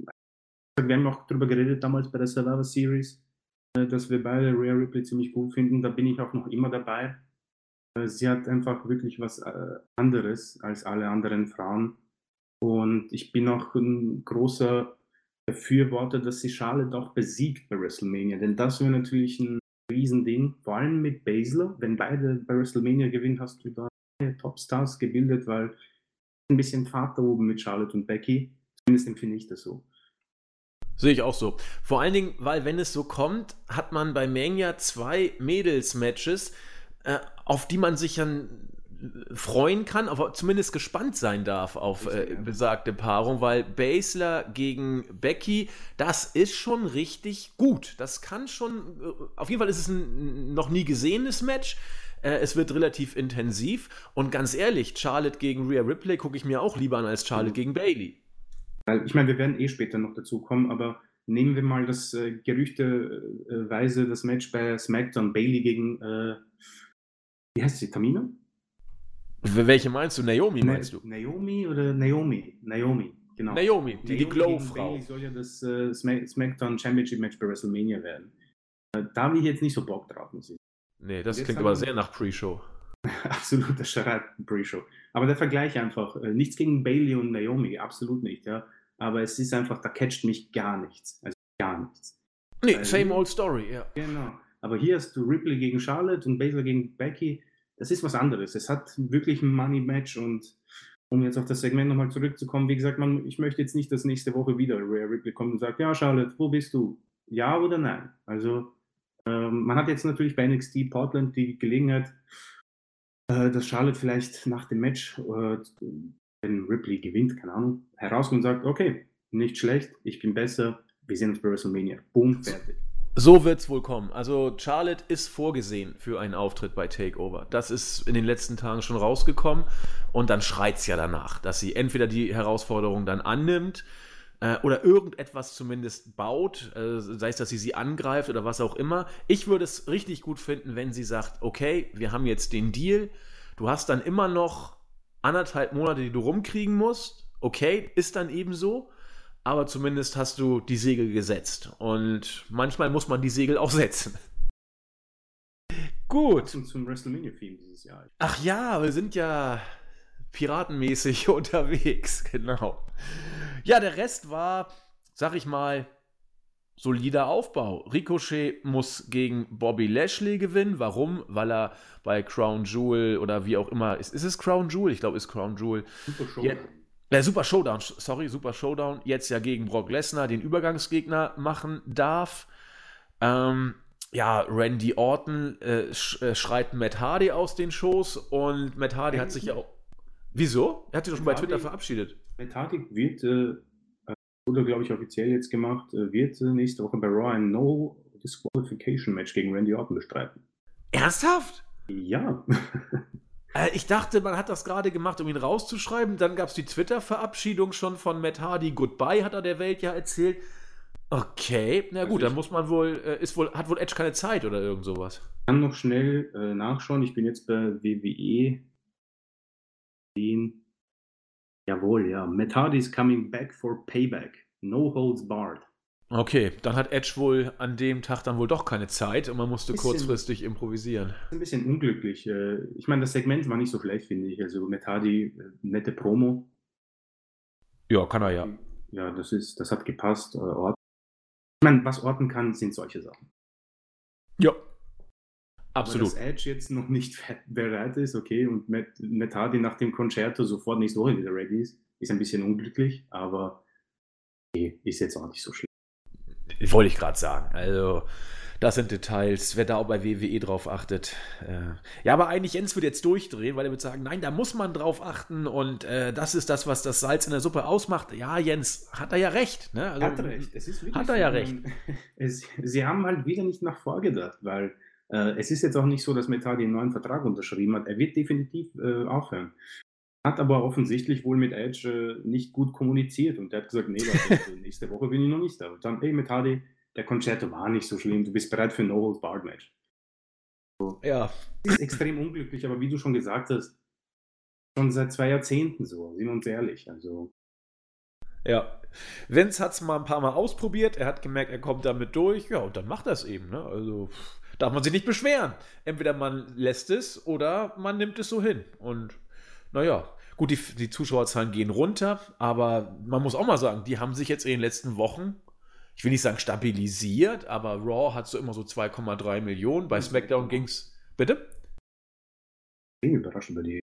wir haben auch darüber geredet damals bei der Survivor Series, äh, dass wir beide Rhea Ripley ziemlich gut finden. Da bin ich auch noch immer dabei. Äh, sie hat einfach wirklich was äh, anderes als alle anderen Frauen. Und ich bin auch ein großer Befürworter, dass sie Charlotte auch besiegt bei WrestleMania. Denn das wäre natürlich ein Riesending, vor allem mit Baszler. Wenn beide bei WrestleMania gewinnen, hast du da Topstars gebildet, weil ein bisschen Fahrt da oben mit Charlotte und Becky. Zumindest empfinde ich das so. Sehe ich auch so. Vor allen Dingen, weil wenn es so kommt, hat man bei Mania zwei Mädels-Matches, äh, auf die man sich dann freuen kann, aber zumindest gespannt sein darf auf äh, besagte Paarung, weil Baszler gegen Becky, das ist schon richtig gut. Das kann schon, äh, auf jeden Fall ist es ein noch nie gesehenes Match. Äh, es wird relativ intensiv und ganz ehrlich, Charlotte gegen Rhea Ripley gucke ich mir auch lieber an als Charlotte mhm. gegen Bayley. Ich meine, wir werden eh später noch dazu kommen, aber nehmen wir mal das äh, gerüchteweise das Match bei SmackDown, Bayley gegen, äh, wie heißt sie, Tamina? Welche meinst du? Naomi meinst Na, du? Naomi oder Naomi? Naomi, genau. Naomi, die, die Glow-Frau. Bayley soll ja das äh, SmackDown Championship Match bei WrestleMania werden. Äh, da habe ich jetzt nicht so Bock drauf, muss ich sagen. Nee, das klingt aber sehr nach Pre-Show. Absoluter Charade Pre-Show. Aber der Vergleich einfach, äh, nichts gegen Bayley und Naomi, absolut nicht, ja. Aber es ist einfach, da catcht mich gar nichts. Also gar nichts. Nee, also, same old story, ja. Genau. Aber hier hast du Ripley gegen Charlotte und Baszler gegen Becky. Das ist was anderes. Es hat wirklich ein Money-Match und um jetzt auf das Segment nochmal zurückzukommen, wie gesagt, man, ich möchte jetzt nicht, dass nächste Woche wieder Rhea Ripley kommt und sagt, ja Charlotte, wo bist du? Ja oder nein? Also ähm, man hat jetzt natürlich bei N X T Portland die Gelegenheit, äh, dass Charlotte vielleicht nach dem Match, äh, wenn Ripley gewinnt, keine Ahnung, herauskommt und sagt, okay, nicht schlecht, ich bin besser, wir sehen uns bei WrestleMania. Boom, fertig. So wird es wohl kommen. Also Charlotte ist vorgesehen für einen Auftritt bei TakeOver. Das ist in den letzten Tagen schon rausgekommen und dann schreit es ja danach, dass sie entweder die Herausforderung dann annimmt äh, oder irgendetwas zumindest baut, äh, sei es, dass sie sie angreift oder was auch immer. Ich würde es richtig gut finden, wenn sie sagt, okay, wir haben jetzt den Deal, du hast dann immer noch anderthalb Monate, die du rumkriegen musst. Okay, ist dann eben so. Aber zumindest hast du die Segel gesetzt. Und manchmal muss man die Segel auch setzen. Gut. Zum, zum WrestleMania-Theme dieses Jahr. Ach ja, wir sind ja piratenmäßig unterwegs. Genau. Ja, der Rest war, sag ich mal, solider Aufbau. Ricochet muss gegen Bobby Lashley gewinnen. Warum? Weil er bei Crown Jewel oder wie auch immer, ist, ist es Crown Jewel? Ich glaube, es ist Crown Jewel. Super Show. Ja, der Super Showdown, sorry, Super Showdown, jetzt ja gegen Brock Lesnar den Übergangsgegner machen darf. Ähm, ja, Randy Orton äh, sch äh, schreit Matt Hardy aus den Schoß und Matt Hardy hat sich ja auch... Wieso? Er hat sich doch schon bei Twitter verabschiedet. Matt Hardy wird, äh, wurde glaube ich offiziell jetzt gemacht, äh, wird äh, nächste Woche bei Raw ein No Disqualification Match gegen Randy Orton bestreiten. Ernsthaft? Ja. Ich dachte, man hat das gerade gemacht, um ihn rauszuschreiben. Dann gab es die Twitter-Verabschiedung schon von Matt Hardy. Goodbye, hat er der Welt ja erzählt. Okay, na gut, also dann muss man wohl, ist wohl, hat wohl Edge keine Zeit oder irgend sowas. Ich kann noch schnell äh, nachschauen. Ich bin jetzt bei W W E. Den, jawohl, ja. Matt Hardy is coming back for payback. No holds barred. Okay, dann hat Edge wohl an dem Tag dann wohl doch keine Zeit und man musste bisschen, kurzfristig improvisieren. Ein bisschen unglücklich. Ich meine, das Segment war nicht so schlecht, finde ich. Also Matt Hardy, nette Promo. Ja, kann er ja. Ja, das ist, das hat gepasst. Ich meine, was orten kann, sind solche Sachen. Ja, absolut. Aber dass Edge jetzt noch nicht bereit ist, okay, und Matt, Matt Hardy nach dem Concerto sofort nächste Woche wieder ready ist, ist ein bisschen unglücklich, aber okay, ist jetzt auch nicht so schlimm. Wollte ich gerade sagen. Also, das sind Details. Wer da auch bei W W E drauf achtet. Äh, ja, aber eigentlich Jens wird jetzt durchdrehen, weil er wird sagen, nein, da muss man drauf achten und äh, das ist das, was das Salz in der Suppe ausmacht. Ja, Jens, hat er ja recht. Ne? Also, hat er recht. Es ist wirklich hat er ja recht. Es, sie haben halt wieder nicht nach vorgedacht, weil Äh, es ist jetzt auch nicht so, dass Matt Hardy einen neuen Vertrag unterschrieben hat. Er wird definitiv äh, aufhören. Hat aber offensichtlich wohl mit Edge äh, nicht gut kommuniziert und der hat gesagt, nee, Leute, nächste Woche bin ich noch nicht da. Und dann, hey, Matt Hardy, der Concerto war nicht so schlimm, du bist bereit für ein No-Holds-Barred-Match. Ja. Das ist extrem unglücklich, aber wie du schon gesagt hast, schon seit zwei Jahrzehnten so, sind wir uns ehrlich. Also. Ja. Vince hat es mal ein paar Mal ausprobiert, er hat gemerkt, er kommt damit durch, ja, und dann macht er es eben, ne? Also darf man sich nicht beschweren. Entweder man lässt es oder man nimmt es so hin. Und naja, gut, die, die Zuschauerzahlen gehen runter, aber man muss auch mal sagen, die haben sich jetzt in den letzten Wochen, ich will nicht sagen stabilisiert, aber Raw hat so immer so zwei Komma drei Millionen, bei SmackDown ging es, bitte? Überraschend bei die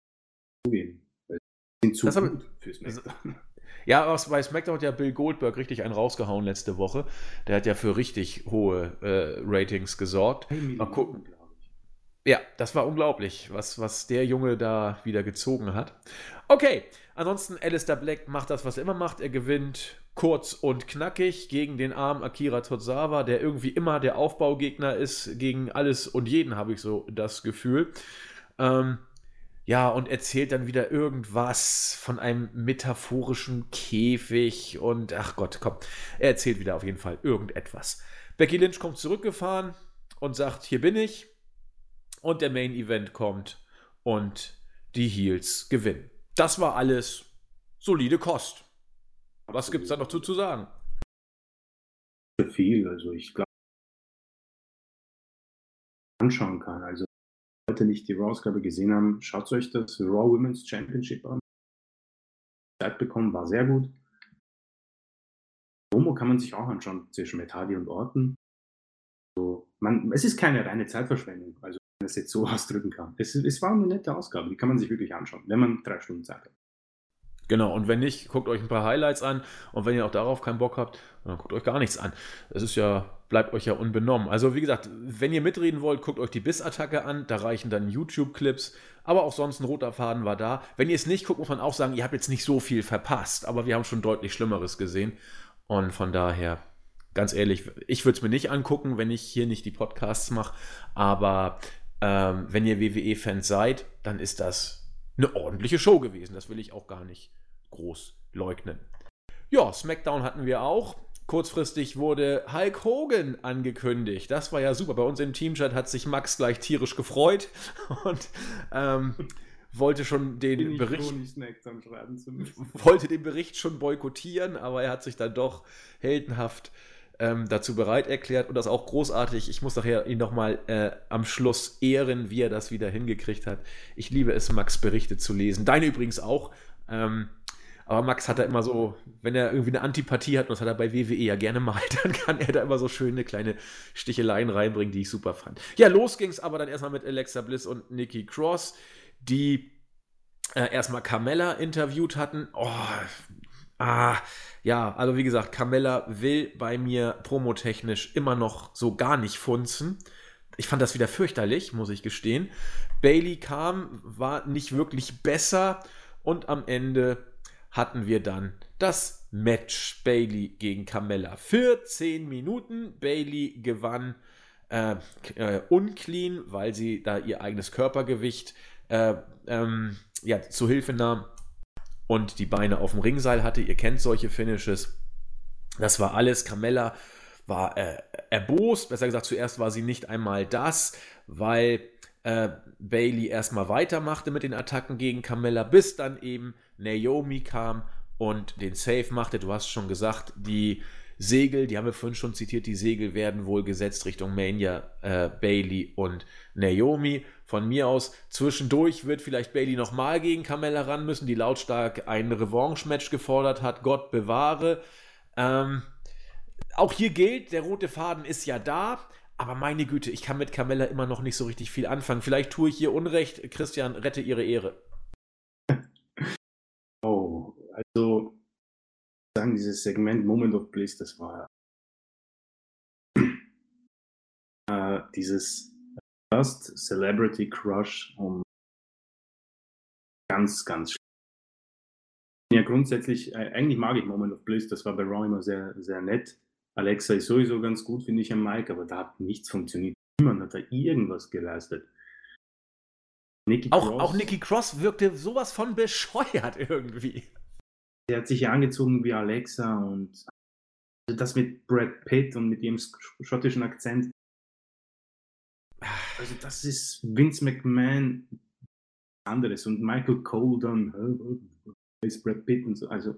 sind zu Das hab- gut für SmackDown. Ja, aber bei SmackDown hat ja Bill Goldberg richtig einen rausgehauen letzte Woche. Der hat ja für richtig hohe äh, Ratings gesorgt. Mal gucken. Ja, das war unglaublich, was, was der Junge da wieder gezogen hat. Okay, ansonsten Aleister Black macht das, was er immer macht. Er gewinnt kurz und knackig gegen den armen Akira Tozawa, der irgendwie immer der Aufbaugegner ist gegen alles und jeden, habe ich so das Gefühl. Ähm, ja, und erzählt dann wieder irgendwas von einem metaphorischen Käfig und ach Gott, komm, er erzählt wieder auf jeden Fall irgendetwas. Becky Lynch kommt zurückgefahren und sagt, hier bin ich. Und der Main Event kommt und die Heels gewinnen. Das war alles solide Kost. Was gibt's da noch zu, zu sagen? Viel, also ich glaube, anschauen kann. Also Leute nicht die Raw-Ausgabe gesehen haben, schaut euch das Raw Women's Championship an. Zeit bekommen, war sehr gut. Promo kann man sich auch anschauen zwischen Matt Hardy und Orton. So, man, es ist keine reine Zeitverschwendung, also wenn man es jetzt so ausdrücken kann. Es, es war eine nette Ausgabe, die kann man sich wirklich anschauen, wenn man drei Stunden Zeit hat. Genau, und wenn nicht, guckt euch ein paar Highlights an. Und wenn ihr auch darauf keinen Bock habt, dann guckt euch gar nichts an. Es ist ja, bleibt euch ja unbenommen. Also wie gesagt, wenn ihr mitreden wollt, guckt euch die Biss-Attacke an. Da reichen dann YouTube-Clips. Aber auch sonst ein roter Faden war da. Wenn ihr es nicht guckt, muss man auch sagen, ihr habt jetzt nicht so viel verpasst. Aber wir haben schon deutlich Schlimmeres gesehen. Und von daher, ganz ehrlich, ich würde es mir nicht angucken, wenn ich hier nicht die Podcasts mache. Aber ähm, wenn ihr W W E-Fans seid, dann ist das eine ordentliche Show gewesen. Das will ich auch gar nicht groß leugnen. Ja, SmackDown hatten wir auch. Kurzfristig wurde Hulk Hogan angekündigt. Das war ja super. Bei uns im Teamchat hat sich Max gleich tierisch gefreut und ähm, wollte schon den Bericht wollte den Bericht schon boykottieren, aber er hat sich dann doch heldenhaft ähm, dazu bereit erklärt und das auch großartig. Ich muss nachher ihn nochmal äh, am Schluss ehren, wie er das wieder hingekriegt hat. Ich liebe es, Max Berichte zu lesen. Deine übrigens auch. Ähm, aber Max hat da immer so, wenn er irgendwie eine Antipathie hat, und das hat er bei W W E ja gerne mal, dann kann er da immer so schöne kleine Sticheleien reinbringen, die ich super fand. Ja, los ging es aber dann erstmal mit Alexa Bliss und Nikki Cross, die äh, erstmal Carmella interviewt hatten. Oh, ah, ja, also wie gesagt, Carmella will bei mir promotechnisch immer noch so gar nicht funzen. Ich fand das wieder fürchterlich, muss ich gestehen. Bayley kam, war nicht wirklich besser und am Ende hatten wir dann das Match Bayley gegen Carmella. vierzehn Minuten, Bayley gewann äh, äh, unclean, weil sie da ihr eigenes Körpergewicht äh, ähm, ja, zu Hilfe nahm und die Beine auf dem Ringseil hatte. Ihr kennt solche Finishes. Das war alles. Carmella war äh, erbost. Besser gesagt, zuerst war sie nicht einmal das, weil äh, Bayley erstmal weitermachte mit den Attacken gegen Carmella, bis dann eben Naomi kam und den Save machte. Du hast schon gesagt, die Segel, die haben wir vorhin schon zitiert, die Segel werden wohl gesetzt Richtung Mania, äh, Bayley und Naomi. Von mir aus, zwischendurch wird vielleicht Bayley nochmal gegen Carmella ran müssen, die lautstark ein Revanche-Match gefordert hat. Gott bewahre. Ähm, auch hier gilt, der rote Faden ist ja da, aber meine Güte, ich kann mit Carmella immer noch nicht so richtig viel anfangen. Vielleicht tue ich hier Unrecht. Christian, rette ihre Ehre. Oh, also sagen, dieses Segment Moment of Bliss, das war äh, dieses First Celebrity Crush um ganz, ganz schlimm. Ja, grundsätzlich, äh, eigentlich mag ich Moment of Bliss, das war bei Raw immer sehr, sehr nett. Alexa ist sowieso ganz gut, finde ich, am Mic, aber da hat nichts funktioniert. Niemand hat da irgendwas geleistet. Nikki Auch, auch Cross, Nikki Cross wirkte sowas von bescheuert irgendwie. der hat sich ja angezogen wie Alexa und das mit Brad Pitt und mit ihrem schottischen Akzent. Also das ist Vince McMahon anderes und Michael Cole dann äh, ist Brad Pitt und so. Also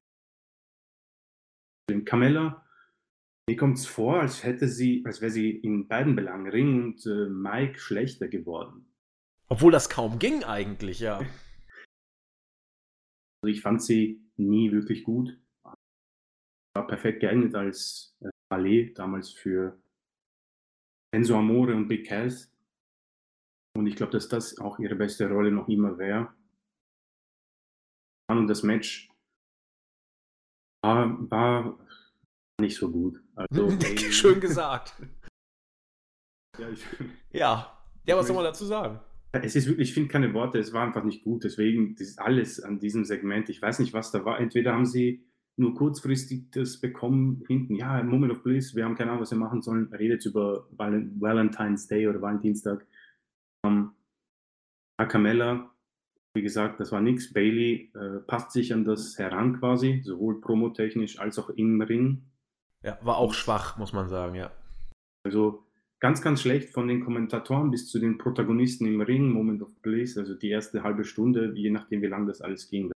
Carmella, mir kommt es vor, als hätte sie, als wäre sie in beiden Belangen Ring und äh, Mike schlechter geworden. Obwohl das kaum ging eigentlich, ja. Also ich fand sie nie wirklich gut. War perfekt geeignet als äh, Ballet damals für Enzo Amore und Big Cass. Und ich glaube, dass das auch ihre beste Rolle noch immer wäre. Und das Match war, war nicht so gut. Also, Schön gesagt. ja, ich, Ja. Ja, was soll man dazu sagen? Es ist wirklich, ich finde keine Worte, es war einfach nicht gut. Deswegen, das ist alles an diesem Segment. Ich weiß nicht, was da war. Entweder haben sie nur kurzfristig das bekommen, hinten, ja, Moment of Bliss, wir haben keine Ahnung, was wir machen sollen. Redet über Val Valentine's Day oder Valentinstag. Ähm, Carmella, wie gesagt, das war nix. Bailey äh, passt sich an das heran quasi, sowohl promotechnisch als auch im Ring. Ja, war auch schwach, muss man sagen, ja. Also ganz, ganz schlecht von den Kommentatoren bis zu den Protagonisten im Ring, Moment of Bliss, also die erste halbe Stunde, je nachdem, wie lang das alles ging,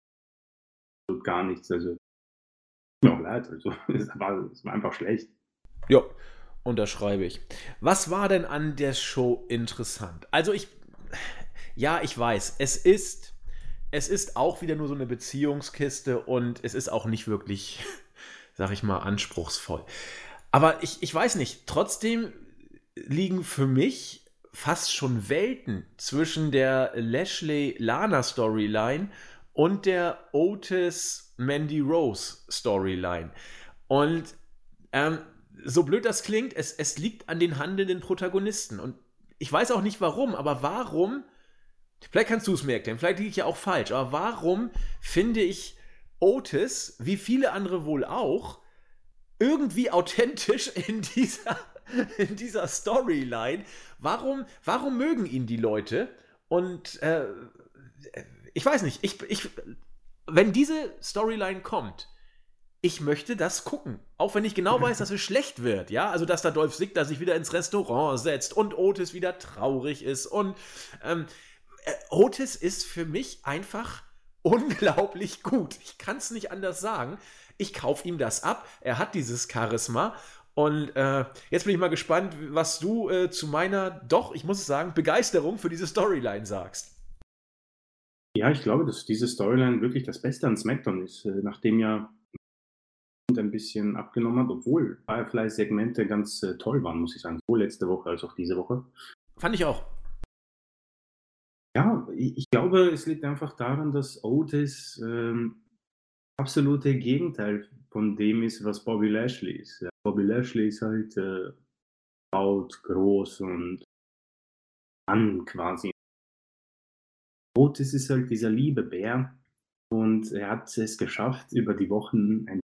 das gar nichts. Also, mir auch leid, also es war, es war einfach schlecht. Ja, unterschreibe ich. Was war denn an der Show interessant? Also ich, ja, ich weiß, es ist, es ist auch wieder nur so eine Beziehungskiste und es ist auch nicht wirklich, sag ich mal, anspruchsvoll. Aber ich, ich weiß nicht, trotzdem liegen für mich fast schon Welten zwischen der Lashley-Lana-Storyline und der Otis-Mandy Rose-Storyline. Und ähm, so blöd das klingt, es, es liegt an den handelnden Protagonisten. Und ich weiß auch nicht warum, aber warum, vielleicht kannst du es mir erklären, vielleicht liege ich ja auch falsch, aber warum finde ich Otis, wie viele andere wohl auch, irgendwie authentisch in dieser, in dieser Storyline? Warum, warum mögen ihn die Leute? Und äh, ich weiß nicht, ich, ich, wenn diese Storyline kommt, ich möchte das gucken. Auch wenn ich genau weiß, dass es schlecht wird, ja. Also, dass da Dolph Ziggler sich wieder ins Restaurant setzt und Otis wieder traurig ist. Und ähm, äh, Otis ist für mich einfach unglaublich gut. Ich kann es nicht anders sagen. Ich kaufe ihm das ab. Er hat dieses Charisma. Und äh, jetzt bin ich mal gespannt, was du äh, zu meiner, doch, ich muss es sagen, Begeisterung für diese Storyline sagst. Ja, ich glaube, dass diese Storyline wirklich das Beste an SmackDown ist, äh, nachdem ja ein bisschen abgenommen hat, obwohl Firefly-Segmente ganz äh, toll waren, muss ich sagen, sowohl letzte Woche als auch diese Woche. Fand ich auch. Ja, ich, ich glaube, es liegt einfach daran, dass Otis ähm, absolute Gegenteil von dem ist, was Bobby Lashley ist. Ja, Bobby Lashley ist halt äh, laut, groß und Mann quasi. Otis ist halt dieser liebe Bär und er hat es geschafft, über die Wochen eine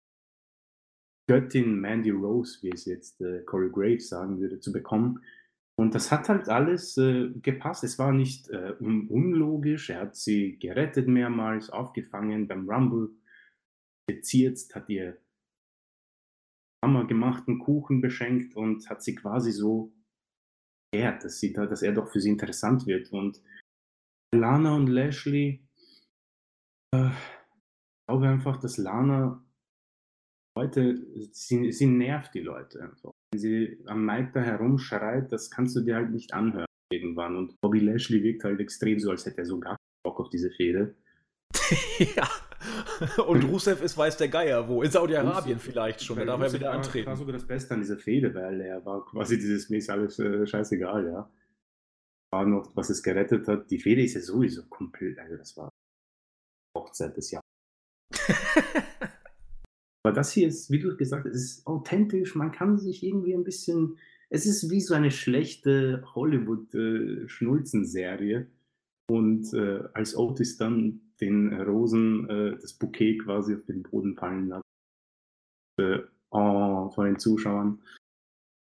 Göttin Mandy Rose, wie es jetzt äh, Corey Graves sagen würde, zu bekommen. Und das hat halt alles äh, gepasst. Es war nicht äh, un unlogisch. Er hat sie gerettet mehrmals, aufgefangen beim Rumble, bezirzt, hat ihr hammergemachten Kuchen beschenkt und hat sie quasi so geehrt, dass, sie da, dass er doch für sie interessant wird. Und Lana und Lashley, äh, ich glaube einfach, dass Lana Leute, sie, sie nervt die Leute einfach. Wenn sie am Mic da herumschreit, das kannst du dir halt nicht anhören irgendwann. Und Bobby Lashley wirkt halt extrem so, als hätte er so gar keinen Bock auf diese Fehde. Ja. Und Rusev ist weiß der Geier wo. In Saudi-Arabien vielleicht schon. Da darf er wieder war, antreten. war sogar das Beste an dieser Fehde, weil er war quasi dieses, mir ist alles äh, scheißegal, ja. War noch, was es gerettet hat. Die Fehde ist ja sowieso komplett, also das war Hochzeit des Jahres. Aber das hier ist, wie du gesagt hast, es ist authentisch, man kann sich irgendwie ein bisschen, es ist wie so eine schlechte Hollywood-Schnulzenserie. Und äh, als Otis dann den Rosen, äh, das Bouquet quasi auf den Boden fallen lässt, äh, oh, von den Zuschauern.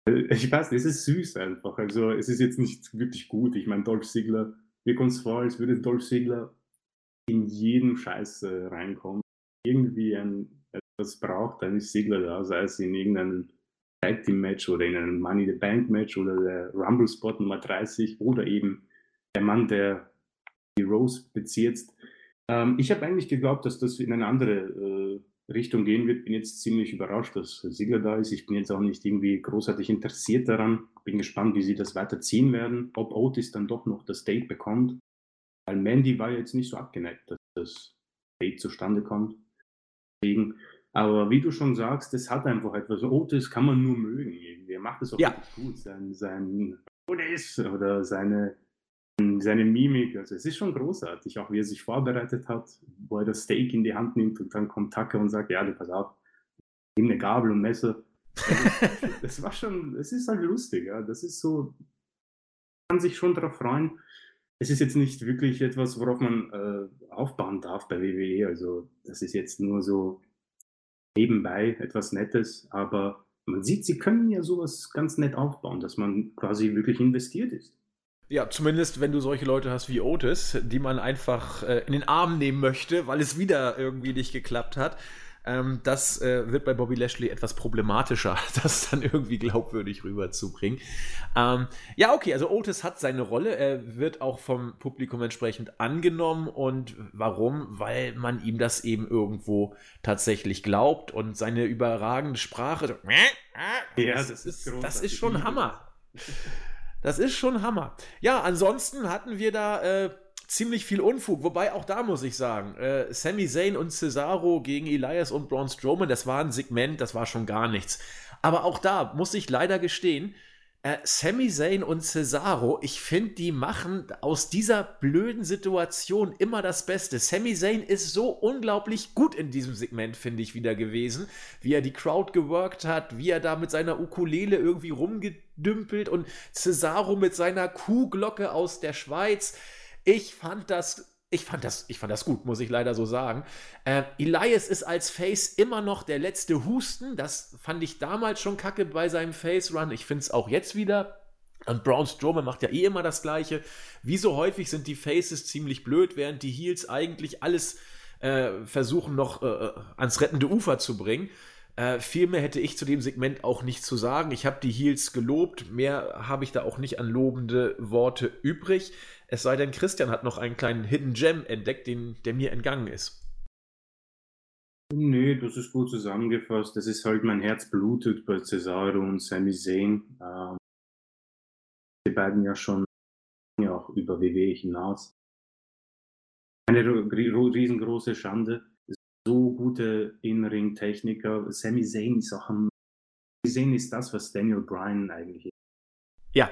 Ich weiß nicht, es ist süß einfach. Also, es ist jetzt nicht wirklich gut. Ich meine, Dolph Ziggler, mir kommt's vor, als würde Dolph Ziggler in jeden Scheiß, äh, reinkommen. Irgendwie ein etwas braucht, dann ist Ziggler da, sei es in irgendeinem Tag Team Match oder in einem Money in the Bank Match oder der Rumble Spot Nummer dreißig oder eben der Mann, der die Rose bezirzt. Ähm, ich habe eigentlich geglaubt, dass das in eine andere äh, Richtung gehen wird. Bin jetzt ziemlich überrascht, dass Ziggler da ist. Ich bin jetzt auch nicht irgendwie großartig interessiert daran. Bin gespannt, wie sie das weiterziehen werden. Ob Otis dann doch noch das Date bekommt. Weil Mandy war jetzt nicht so abgeneigt, dass das Date zustande kommt. Deswegen, aber wie du schon sagst, das hat einfach etwas. Otis kann man nur mögen. Irgendwie. Er macht es auch Ja. wirklich gut. Sein, sein Otis oder seine seine Mimik, also es ist schon großartig, auch wie er sich vorbereitet hat, wo er das Steak in die Hand nimmt und dann kommt Tucker und sagt, ja, du pass auf, nimm eine Gabel und Messer. Also, das war schon, es ist halt lustig, ja, das ist so, man kann sich schon darauf freuen. Es ist jetzt nicht wirklich etwas, worauf man äh, aufbauen darf bei W W E, also das ist jetzt nur so nebenbei etwas Nettes, aber man sieht, sie können ja sowas ganz nett aufbauen, dass man quasi wirklich investiert ist. Ja, zumindest wenn du solche Leute hast wie Otis, die man einfach äh, in den Arm nehmen möchte, weil es wieder irgendwie nicht geklappt hat. Ähm, das äh, wird bei Bobby Lashley etwas problematischer, das dann irgendwie glaubwürdig rüberzubringen. Ähm, ja, okay, also Otis hat seine Rolle, er wird auch vom Publikum entsprechend angenommen. Und warum? Weil man ihm das eben irgendwo tatsächlich glaubt und seine überragende Sprache. So, Ja, das, das ist ist, großartig. das ist schon Hammer. Das ist schon Hammer. Ja, ansonsten hatten wir da äh, ziemlich viel Unfug. Wobei auch da muss ich sagen, äh, Sami Zayn und Cesaro gegen Elias und Braun Strowman, das war ein Segment, das war schon gar nichts. Aber auch da muss ich leider gestehen, äh, Sami Zayn und Cesaro, ich finde, die machen aus dieser blöden Situation immer das Beste. Sami Zayn ist so unglaublich gut in diesem Segment, finde ich, wieder gewesen. Wie er die Crowd geworkt hat, wie er da mit seiner Ukulele irgendwie rumgedümpelt und Cesaro mit seiner Kuhglocke aus der Schweiz. Ich fand das ich fand das, ich fand das gut, muss ich leider so sagen. Äh, Elias ist als Face immer noch der letzte Husten. Das fand ich damals schon kacke bei seinem Face-Run. Ich finde es auch jetzt wieder. Und Braun Strowman macht ja eh immer das Gleiche. Wie so häufig sind die Faces ziemlich blöd, während die Heels eigentlich alles äh, versuchen noch äh, ans rettende Ufer zu bringen. Äh, viel mehr hätte ich zu dem Segment auch nicht zu sagen. Ich habe die Heels gelobt. Mehr habe ich da auch nicht an lobende Worte übrig. Es sei denn, Christian hat noch einen kleinen Hidden Gem entdeckt, den, der mir entgangen ist. Nee, das ist gut zusammengefasst. Das ist halt mein Herz blutet bei Cesaro und Sami Zayn. Ähm, die beiden ja schon ja auch über W W E hinaus. Eine riesengroße Schande. So gute In-Ring-Techniker. Sami Zayn ist auch am. Sami Zayn ist das, was Daniel Bryan eigentlich ist. Ja.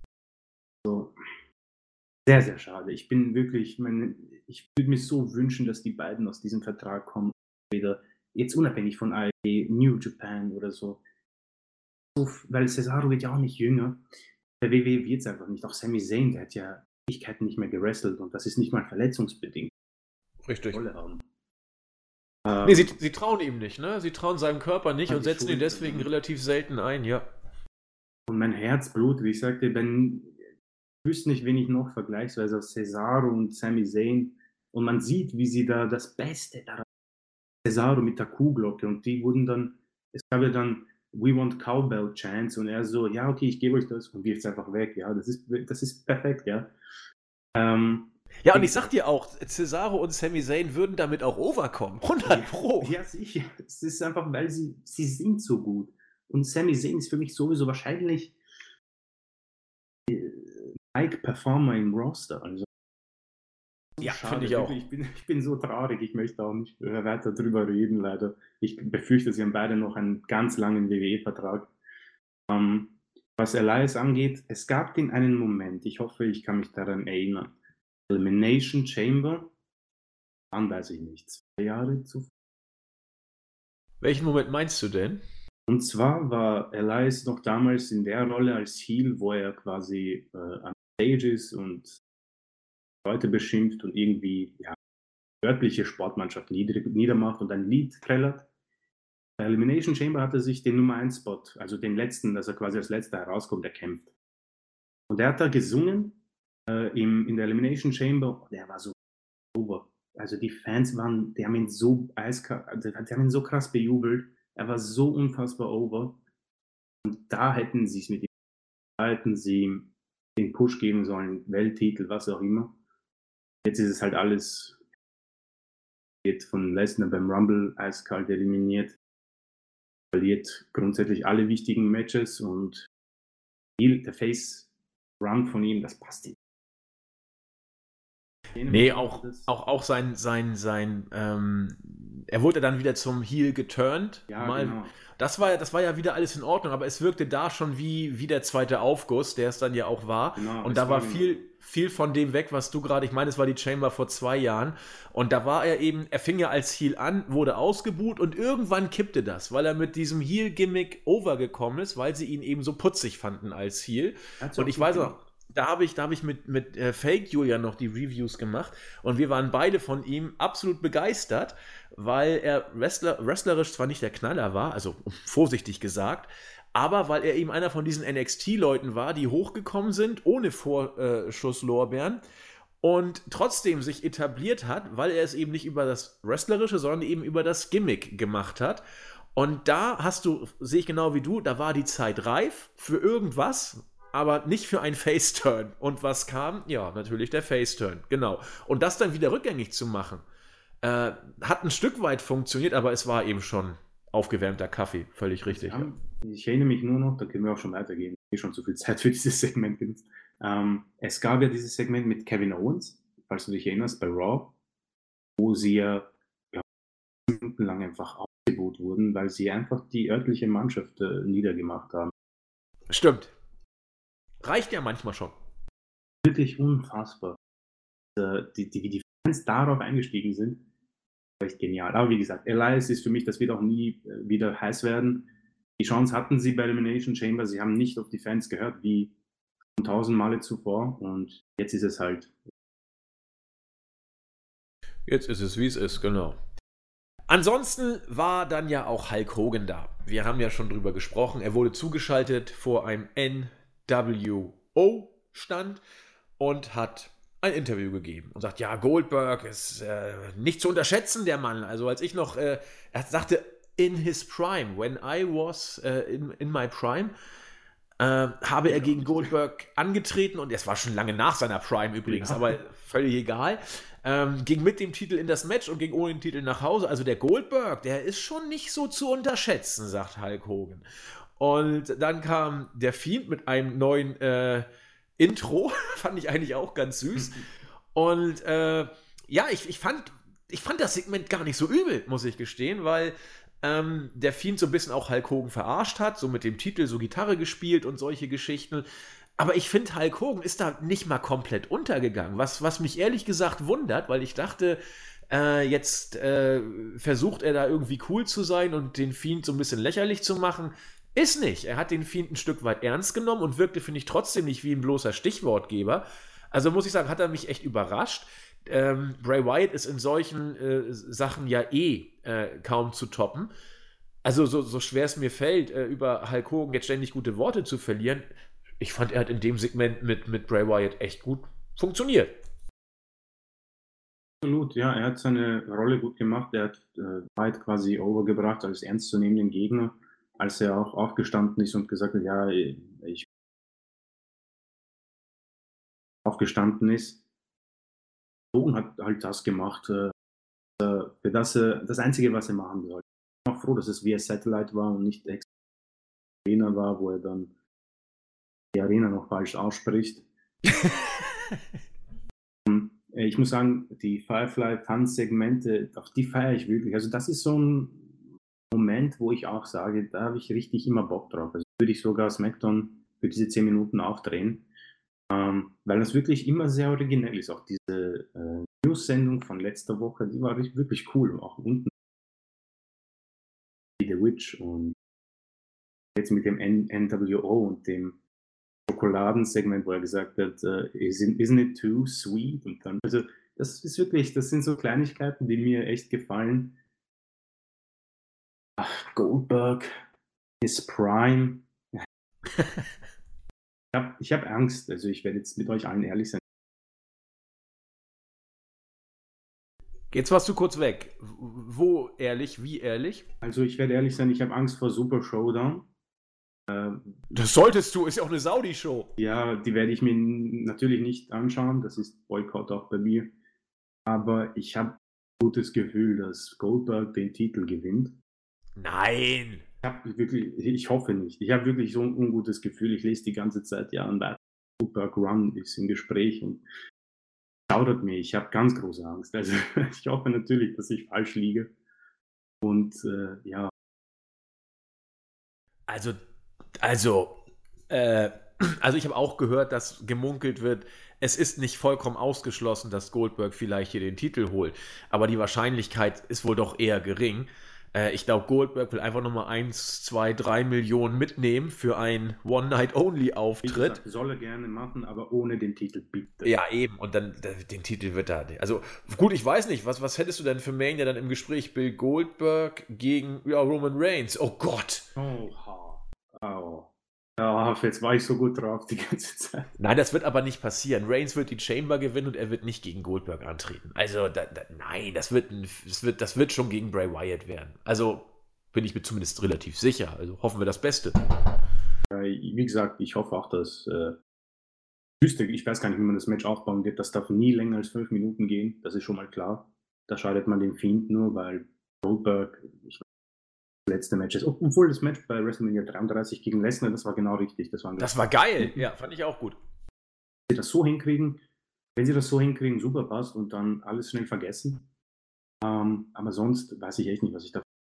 So. Sehr, sehr schade. Ich bin wirklich, meine, ich würde mir so wünschen, dass die beiden aus diesem Vertrag kommen. Wieder, jetzt unabhängig von A E W, New Japan oder so. so weil Cesaro wird ja auch nicht jünger. Bei W W E wird es einfach nicht. Auch Sami Zayn, der hat ja Ewigkeiten nicht mehr gewrestelt und das ist nicht mal verletzungsbedingt. Richtig. Rolle haben. Ähm, nee, sie, sie trauen ihm nicht, ne? Sie trauen seinem Körper nicht und setzen ihn Schulter, deswegen ja. relativ selten ein, ja. Und mein Herz blutet. Ich sagte, wenn ich wüsste nicht, wen ich noch vergleichsweise aus Cesaro und Sami Zayn und man sieht, wie sie da das Beste daran Cesaro mit der Kuhglocke und die wurden dann, es gab ja dann We want Cowbell Chants und er so, ja, okay, ich gebe euch das und wirft es einfach weg, ja, das ist, das ist perfekt, ja. Ähm, ja, und ich sag dir auch, Cesaro und Sami Zayn würden damit auch overkommen, hundert Pro. Ja, sicher, es ist einfach, weil sie, sie sind so gut und Sami Zayn ist für mich sowieso wahrscheinlich Mike Performer im Roster, also ja, finde ich auch. Ich bin, ich bin so traurig, ich möchte auch nicht weiter drüber reden, leider. Ich befürchte, sie haben beide noch einen ganz langen W W E-Vertrag. Ähm, was Elias angeht, es gab den einen Moment, ich hoffe, ich kann mich daran erinnern. Elimination Chamber, dann weiß ich nicht, zwei Jahre zuvor. Welchen Moment meinst du denn? Und zwar war Elias noch damals in der Rolle als Heel, wo er quasi äh, am Stage ist und Leute beschimpft und irgendwie ja, örtliche Sportmannschaft nieder, niedermacht und ein Lied trällert. Bei Elimination Chamber hat er sich den Nummer eins Spot, also den letzten, dass er quasi als letzter herauskommt, erkämpft. Und er hat da gesungen äh, im, in der Elimination Chamber, der war so over. Also die Fans waren, die haben ihn so eiskalt, die haben ihn so krass bejubelt. Er war so unfassbar over. Und da hätten sie es mit ihm, da hätten sie ihm den Push geben sollen, Welttitel, was auch immer. Jetzt ist es halt alles, wird von Lesnar beim Rumble eiskalt eliminiert, verliert grundsätzlich alle wichtigen Matches und der Face-Run von ihm, das passt ihm. Nee, auch, auch, auch sein, sein, sein, ähm, er wurde dann wieder zum Heel geturnt. Ja, mal. genau. Das war, das war ja wieder alles in Ordnung, aber es wirkte da schon wie, wie der zweite Aufguss, der es dann ja auch war. Genau, und es da war war viel, viel von dem weg, was du gerade, ich meine, es war die Chamber vor zwei Jahren. Und da war er eben, er fing ja als Heel an, wurde ausgebuht und irgendwann kippte das, weil er mit diesem Heel-Gimmick overgekommen ist, weil sie ihn eben so putzig fanden als Heel. Und ich weiß auch, da habe ich, da hab ich mit, mit äh, Fake Julian noch die Reviews gemacht und wir waren beide von ihm absolut begeistert, weil er Wrestler, wrestlerisch zwar nicht der Knaller war, also vorsichtig gesagt, aber weil er eben einer von diesen N X T-Leuten war, die hochgekommen sind, ohne Vorschusslorbeeren und trotzdem sich etabliert hat, weil er es eben nicht über das Wrestlerische, sondern eben über das Gimmick gemacht hat. Und da hast du, sehe ich genau wie du, da war die Zeit reif für irgendwas, aber nicht für einen Face-Turn. Und was kam? Ja, natürlich der Face-Turn, genau. Und das dann wieder rückgängig zu machen, äh, hat ein Stück weit funktioniert, aber es war eben schon aufgewärmter Kaffee, völlig richtig. Ja, ich erinnere mich nur noch, da können wir auch schon weitergehen, ich habe schon zu viel Zeit für dieses Segment genutzt. Ähm, es gab ja dieses Segment mit Kevin Owens, falls du dich erinnerst, bei Raw, wo sie ja, ja Minuten lang einfach ausgebuht wurden, weil sie einfach die örtliche Mannschaft äh, niedergemacht haben. Stimmt. Reicht ja manchmal schon. Wirklich unfassbar. Äh, die, die, wie die Fans darauf eingestiegen sind, war echt genial. Aber wie gesagt, Elias ist für mich, das wird auch nie äh, wieder heiß werden. Die Chance hatten sie bei Elimination Chamber, sie haben nicht auf die Fans gehört, wie tausend Male zuvor und jetzt ist es halt. Jetzt ist es, wie es ist, genau. Ansonsten war dann ja auch Hulk Hogan da. Wir haben ja schon drüber gesprochen. Er wurde zugeschaltet vor einem N W O-Stand und hat ein Interview gegeben und sagt, ja, Goldberg ist äh, nicht zu unterschätzen, der Mann. Also als ich noch, äh, er sagte, in his prime, when I was äh, in, in my prime, äh, habe er gegen Goldberg angetreten und es war schon lange nach seiner Prime übrigens, ja. Aber völlig egal. Ähm, ging mit dem Titel in das Match und ging ohne den Titel nach Hause. Also der Goldberg, der ist schon nicht so zu unterschätzen, sagt Hulk Hogan. Und dann kam der Fiend mit einem neuen äh, Intro, fand ich eigentlich auch ganz süß. Und äh, ja, ich, ich, fand, ich fand das Segment gar nicht so übel, muss ich gestehen, weil ähm, der Fiend so ein bisschen auch Hulk Hogan verarscht hat, so mit dem Titel so Gitarre gespielt und solche Geschichten. Aber ich finde, Hulk Hogan ist da nicht mal komplett untergegangen, was, was mich ehrlich gesagt wundert, weil ich dachte, äh, jetzt äh, versucht er da irgendwie cool zu sein und den Fiend so ein bisschen lächerlich zu machen. Ist nicht. Er hat den Fiend ein Stück weit ernst genommen und wirkte, finde ich, trotzdem nicht wie ein bloßer Stichwortgeber. Also muss ich sagen, hat er mich echt überrascht. Ähm, Bray Wyatt ist in solchen äh, Sachen ja eh äh, kaum zu toppen. Also so, so schwer es mir fällt, äh, über Hulk Hogan jetzt ständig gute Worte zu verlieren, ich fand, er hat in dem Segment mit, mit Bray Wyatt echt gut funktioniert. Absolut, ja, er hat seine Rolle gut gemacht. Er hat äh, Wyatt quasi overgebracht als ernstzunehmenden Gegner, als er auch aufgestanden ist und gesagt hat, ja, ich aufgestanden ist. Hogan hat halt das gemacht, äh, für das, äh, das Einzige, was er machen sollte. Ich bin auch froh, dass es via Satellite war und nicht extra Arena war, wo er dann die Arena noch falsch ausspricht. Ich muss sagen, die Firefly-Tanzsegmente, auf die feiere ich wirklich. Also das ist so ein Moment, wo ich auch sage, da habe ich richtig immer Bock drauf. Also würde ich sogar SmackDown für diese zehn Minuten aufdrehen, ähm, weil das wirklich immer sehr originell ist. Auch diese äh, News-Sendung von letzter Woche, die war wirklich cool. Auch unten The Witch und jetzt mit dem N W O und dem Schokoladensegment, wo er gesagt hat, uh, isn't, isn't it too sweet? Und dann, also das ist wirklich, das sind so Kleinigkeiten, die mir echt gefallen. Ach, Goldberg, his Prime. Ich habe ich hab Angst, also ich werde jetzt mit euch allen ehrlich sein. Jetzt warst du kurz weg. Wo ehrlich? Wie ehrlich? Also ich werde ehrlich sein, ich habe Angst vor Super Showdown. Äh, Das solltest du, ist ja auch eine Saudi-Show. Ja, die werde ich mir natürlich nicht anschauen, das ist Boykott auch bei mir. Aber ich habe ein gutes Gefühl, dass Goldberg den Titel gewinnt. Nein! Ich, hab wirklich, ich hoffe nicht. Ich habe wirklich so ein ungutes Gefühl. Ich lese die ganze Zeit, ja, ein Goldberg Run ist im Gespräch und schaudert mir. Ich habe ganz große Angst. Also ich hoffe natürlich, dass ich falsch liege. Und äh, ja. Also, also, äh, also ich habe auch gehört, dass gemunkelt wird, es ist nicht vollkommen ausgeschlossen, dass Goldberg vielleicht hier den Titel holt. Aber die Wahrscheinlichkeit ist wohl doch eher gering. Äh, ich glaube, Goldberg will einfach nochmal eins, zwei, drei Millionen mitnehmen für einen One-Night-Only-Auftritt. Gesagt, soll er gerne machen, aber ohne den Titel, bitte. Ja, eben. Und dann den Titel wird er. Also, gut, ich weiß nicht. Was, was hättest du denn für Mania dann im Gespräch? Bill Goldberg gegen ja, Roman Reigns. Oh Gott. Oha. Oh. Ja, jetzt war ich so gut drauf die ganze Zeit. Nein, das wird aber nicht passieren. Reigns wird die Chamber gewinnen und er wird nicht gegen Goldberg antreten. Also, da, da, nein, das wird, das, wird, das wird schon gegen Bray Wyatt werden. Also, bin ich mir zumindest relativ sicher. Also, hoffen wir das Beste. Ja, wie gesagt, ich hoffe auch, dass äh, ich weiß gar nicht, wie man das Match aufbauen wird. Das darf nie länger als fünf Minuten gehen. Das ist schon mal klar. Da schadet man den Fiend nur, weil Goldberg, ich weiß, das letzte Match ist. Obwohl das Match bei WrestleMania dreiunddreißig gegen Lesnar, das war genau richtig. Das war, das war geil. Ja, fand ich auch gut. Wenn sie das so hinkriegen, wenn sie das so hinkriegen, super passt und dann alles schnell vergessen. Ähm, aber sonst weiß ich echt nicht, was ich da.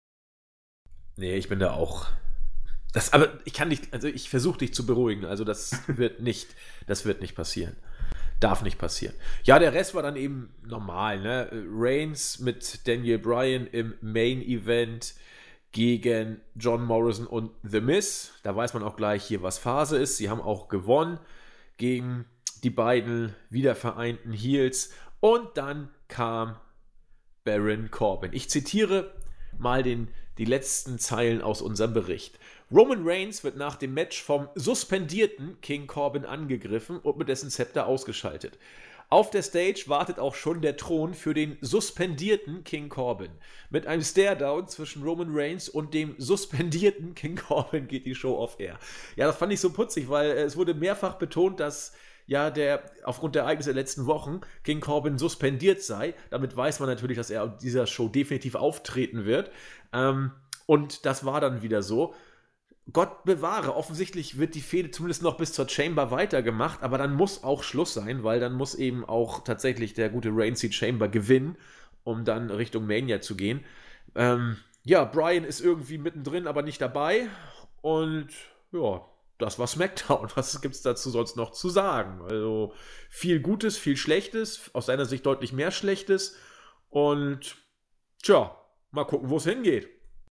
Nee, ich bin da auch. Das, aber ich kann dich, also ich versuche dich zu beruhigen. Also das wird nicht, das wird nicht passieren. Darf nicht passieren. Ja, der Rest war dann eben normal, ne? Reigns mit Daniel Bryan im Main Event gegen John Morrison und The Miz. Da weiß man auch gleich hier, was Phase ist. Sie haben auch gewonnen gegen die beiden wiedervereinten Heels. Und dann kam Baron Corbin. Ich zitiere mal den, die letzten Zeilen aus unserem Bericht. Roman Reigns wird nach dem Match vom suspendierten King Corbin angegriffen und mit dessen Zepter ausgeschaltet. Auf der Stage wartet auch schon der Thron für den suspendierten King Corbin. Mit einem Stare-Down zwischen Roman Reigns und dem suspendierten King Corbin geht die Show off-air. Ja, das fand ich so putzig, weil es wurde mehrfach betont, dass ja, der aufgrund der Ereignisse der letzten Wochen King Corbin suspendiert sei. Damit weiß man natürlich, dass er in dieser Show definitiv auftreten wird. Ähm, und das war dann wieder so. Gott bewahre, offensichtlich wird die Fehde zumindest noch bis zur Chamber weitergemacht, aber dann muss auch Schluss sein, weil dann muss eben auch tatsächlich der gute Reigns die Chamber gewinnen, um dann Richtung Mania zu gehen. Ähm, ja, Bryan ist irgendwie mittendrin, aber nicht dabei. Und ja, das war SmackDown. Was gibt es dazu sonst noch zu sagen? Also viel Gutes, viel Schlechtes, aus seiner Sicht deutlich mehr Schlechtes. Und tja, mal gucken, wo es hingeht.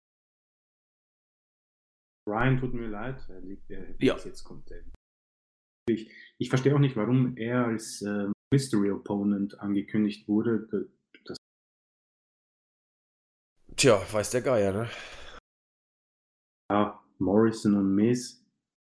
Brian tut mir leid, er liegt, er, ja. Jetzt kommt er. Ich, ich verstehe auch nicht, warum er als äh, Mystery Opponent angekündigt wurde. Das Tja, weiß der Geier, ne? Ja, Morrison und Miz.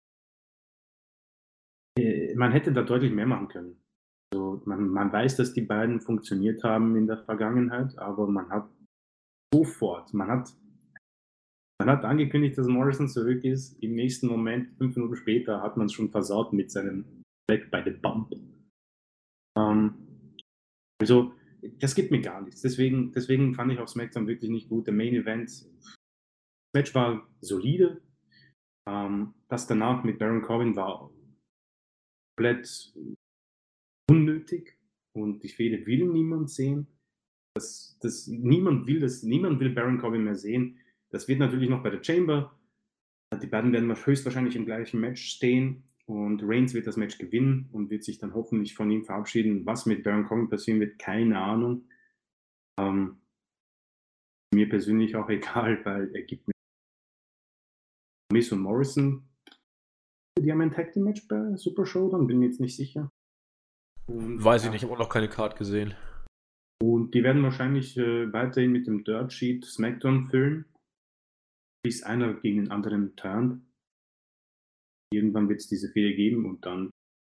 Äh, man hätte da deutlich mehr machen können. Also man, man weiß, dass die beiden funktioniert haben in der Vergangenheit, aber man hat sofort, man hat Man hat angekündigt, dass Morrison zurück ist. Im nächsten Moment, fünf Minuten später, hat man es schon versaut mit seinem Back by the Bump. Ähm, also, das gibt mir gar nichts. Deswegen, deswegen fand ich auch SmackDown wirklich nicht gut. Der Main Event, das Match war solide. Ähm, das danach mit Baron Corbin war komplett unnötig und die Fehde will niemand sehen. Das, das, niemand will das, niemand will Baron Corbin mehr sehen. Das wird natürlich noch bei der Chamber. Die beiden werden höchstwahrscheinlich im gleichen Match stehen und Reigns wird das Match gewinnen und wird sich dann hoffentlich von ihm verabschieden. Was mit Baron Corbin passieren wird, keine Ahnung. Ähm, mir persönlich auch egal, weil er gibt mir Miz und Morrison. Die haben ein Tag Team Match bei Super Showdown, bin mir jetzt nicht sicher. Und, Weiß ich nicht, ich habe auch noch keine Card gesehen. Und die werden wahrscheinlich äh, weiterhin mit dem Dirt Sheet SmackDown füllen. bis einer gegen den anderen turnt. Irgendwann wird es diese Fehde geben und dann.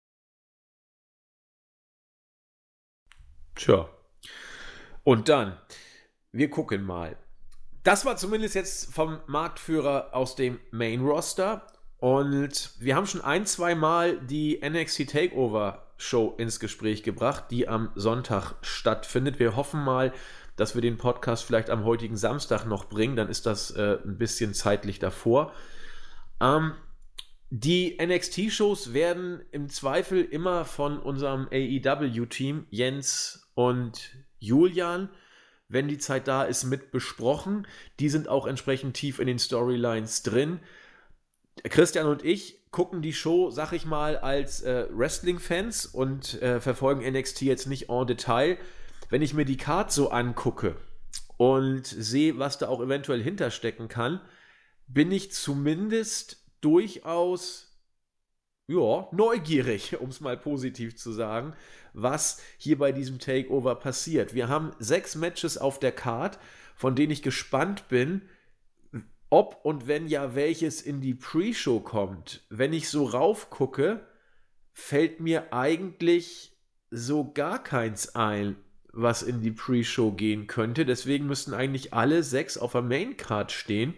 Tja. Und dann, wir gucken mal. Das war zumindest jetzt vom Marktführer aus dem Main Roster. Und wir haben schon ein, zwei Mal die N X T Takeover Show ins Gespräch gebracht, die am Sonntag stattfindet. Wir hoffen mal, dass wir den Podcast vielleicht am heutigen Samstag noch bringen. Dann ist das äh, ein bisschen zeitlich davor. Ähm, die N X T-Shows werden im Zweifel immer von unserem A E W-Team Jens und Julian, wenn die Zeit da ist, mit besprochen. Die sind auch entsprechend tief in den Storylines drin. Christian und ich gucken die Show, sag ich mal, als äh, Wrestling-Fans und äh, verfolgen N X T jetzt nicht en Detail. Wenn ich mir die Card so angucke und sehe, was da auch eventuell hinterstecken kann, bin ich zumindest durchaus ja, neugierig, um es mal positiv zu sagen, was hier bei diesem Takeover passiert. Wir haben sechs Matches auf der Card, von denen ich gespannt bin, ob und wenn ja welches in die Pre-Show kommt. Wenn ich so raufgucke, fällt mir eigentlich so gar keins ein, was in die Pre-Show gehen könnte. Deswegen müssten eigentlich alle sechs auf der Main-Card stehen.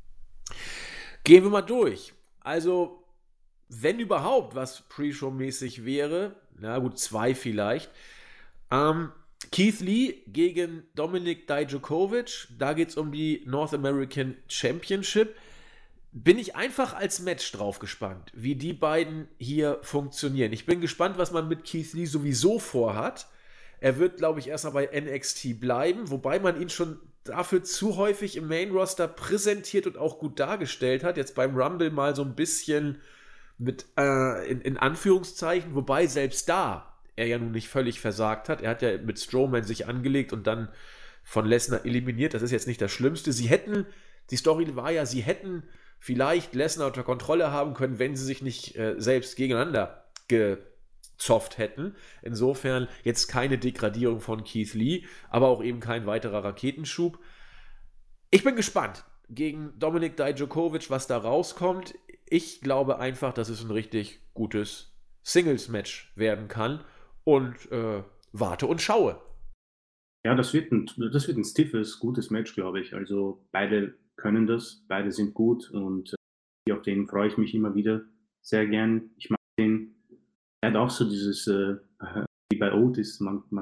Gehen wir mal durch. Also, wenn überhaupt was Pre-Show-mäßig wäre, na gut, zwei vielleicht, ähm, Keith Lee gegen Dominik Dijakovic, da geht es um die North American Championship. Bin ich einfach als Match drauf gespannt, wie die beiden hier funktionieren. Ich bin gespannt, was man mit Keith Lee sowieso vorhat. Er wird, glaube ich, erstmal bei N X T bleiben, wobei man ihn schon dafür zu häufig im Main-Roster präsentiert und auch gut dargestellt hat. Jetzt beim Rumble mal so ein bisschen mit, äh, in, in Anführungszeichen, wobei selbst da er ja nun nicht völlig versagt hat. Er hat ja mit Strowman sich angelegt und dann von Lesnar eliminiert. Das ist jetzt nicht das Schlimmste. Sie hätten, die Story war ja, sie hätten vielleicht Lesnar unter Kontrolle haben können, wenn sie sich nicht äh, selbst gegeneinander gezofft hätten. Insofern jetzt keine Degradierung von Keith Lee, aber auch eben kein weiterer Raketenschub. Ich bin gespannt gegen Dominik Dijakovic, was da rauskommt. Ich glaube einfach, dass es ein richtig gutes Singles-Match werden kann und äh, warte und schaue. Ja, das wird ein, das wird ein stiffes, gutes Match, glaube ich. Also beide können das, beide sind gut und äh, auf den freue ich mich immer wieder sehr gern. Ich mag den. Er hat auch so dieses, äh, wie bei Otis, man, man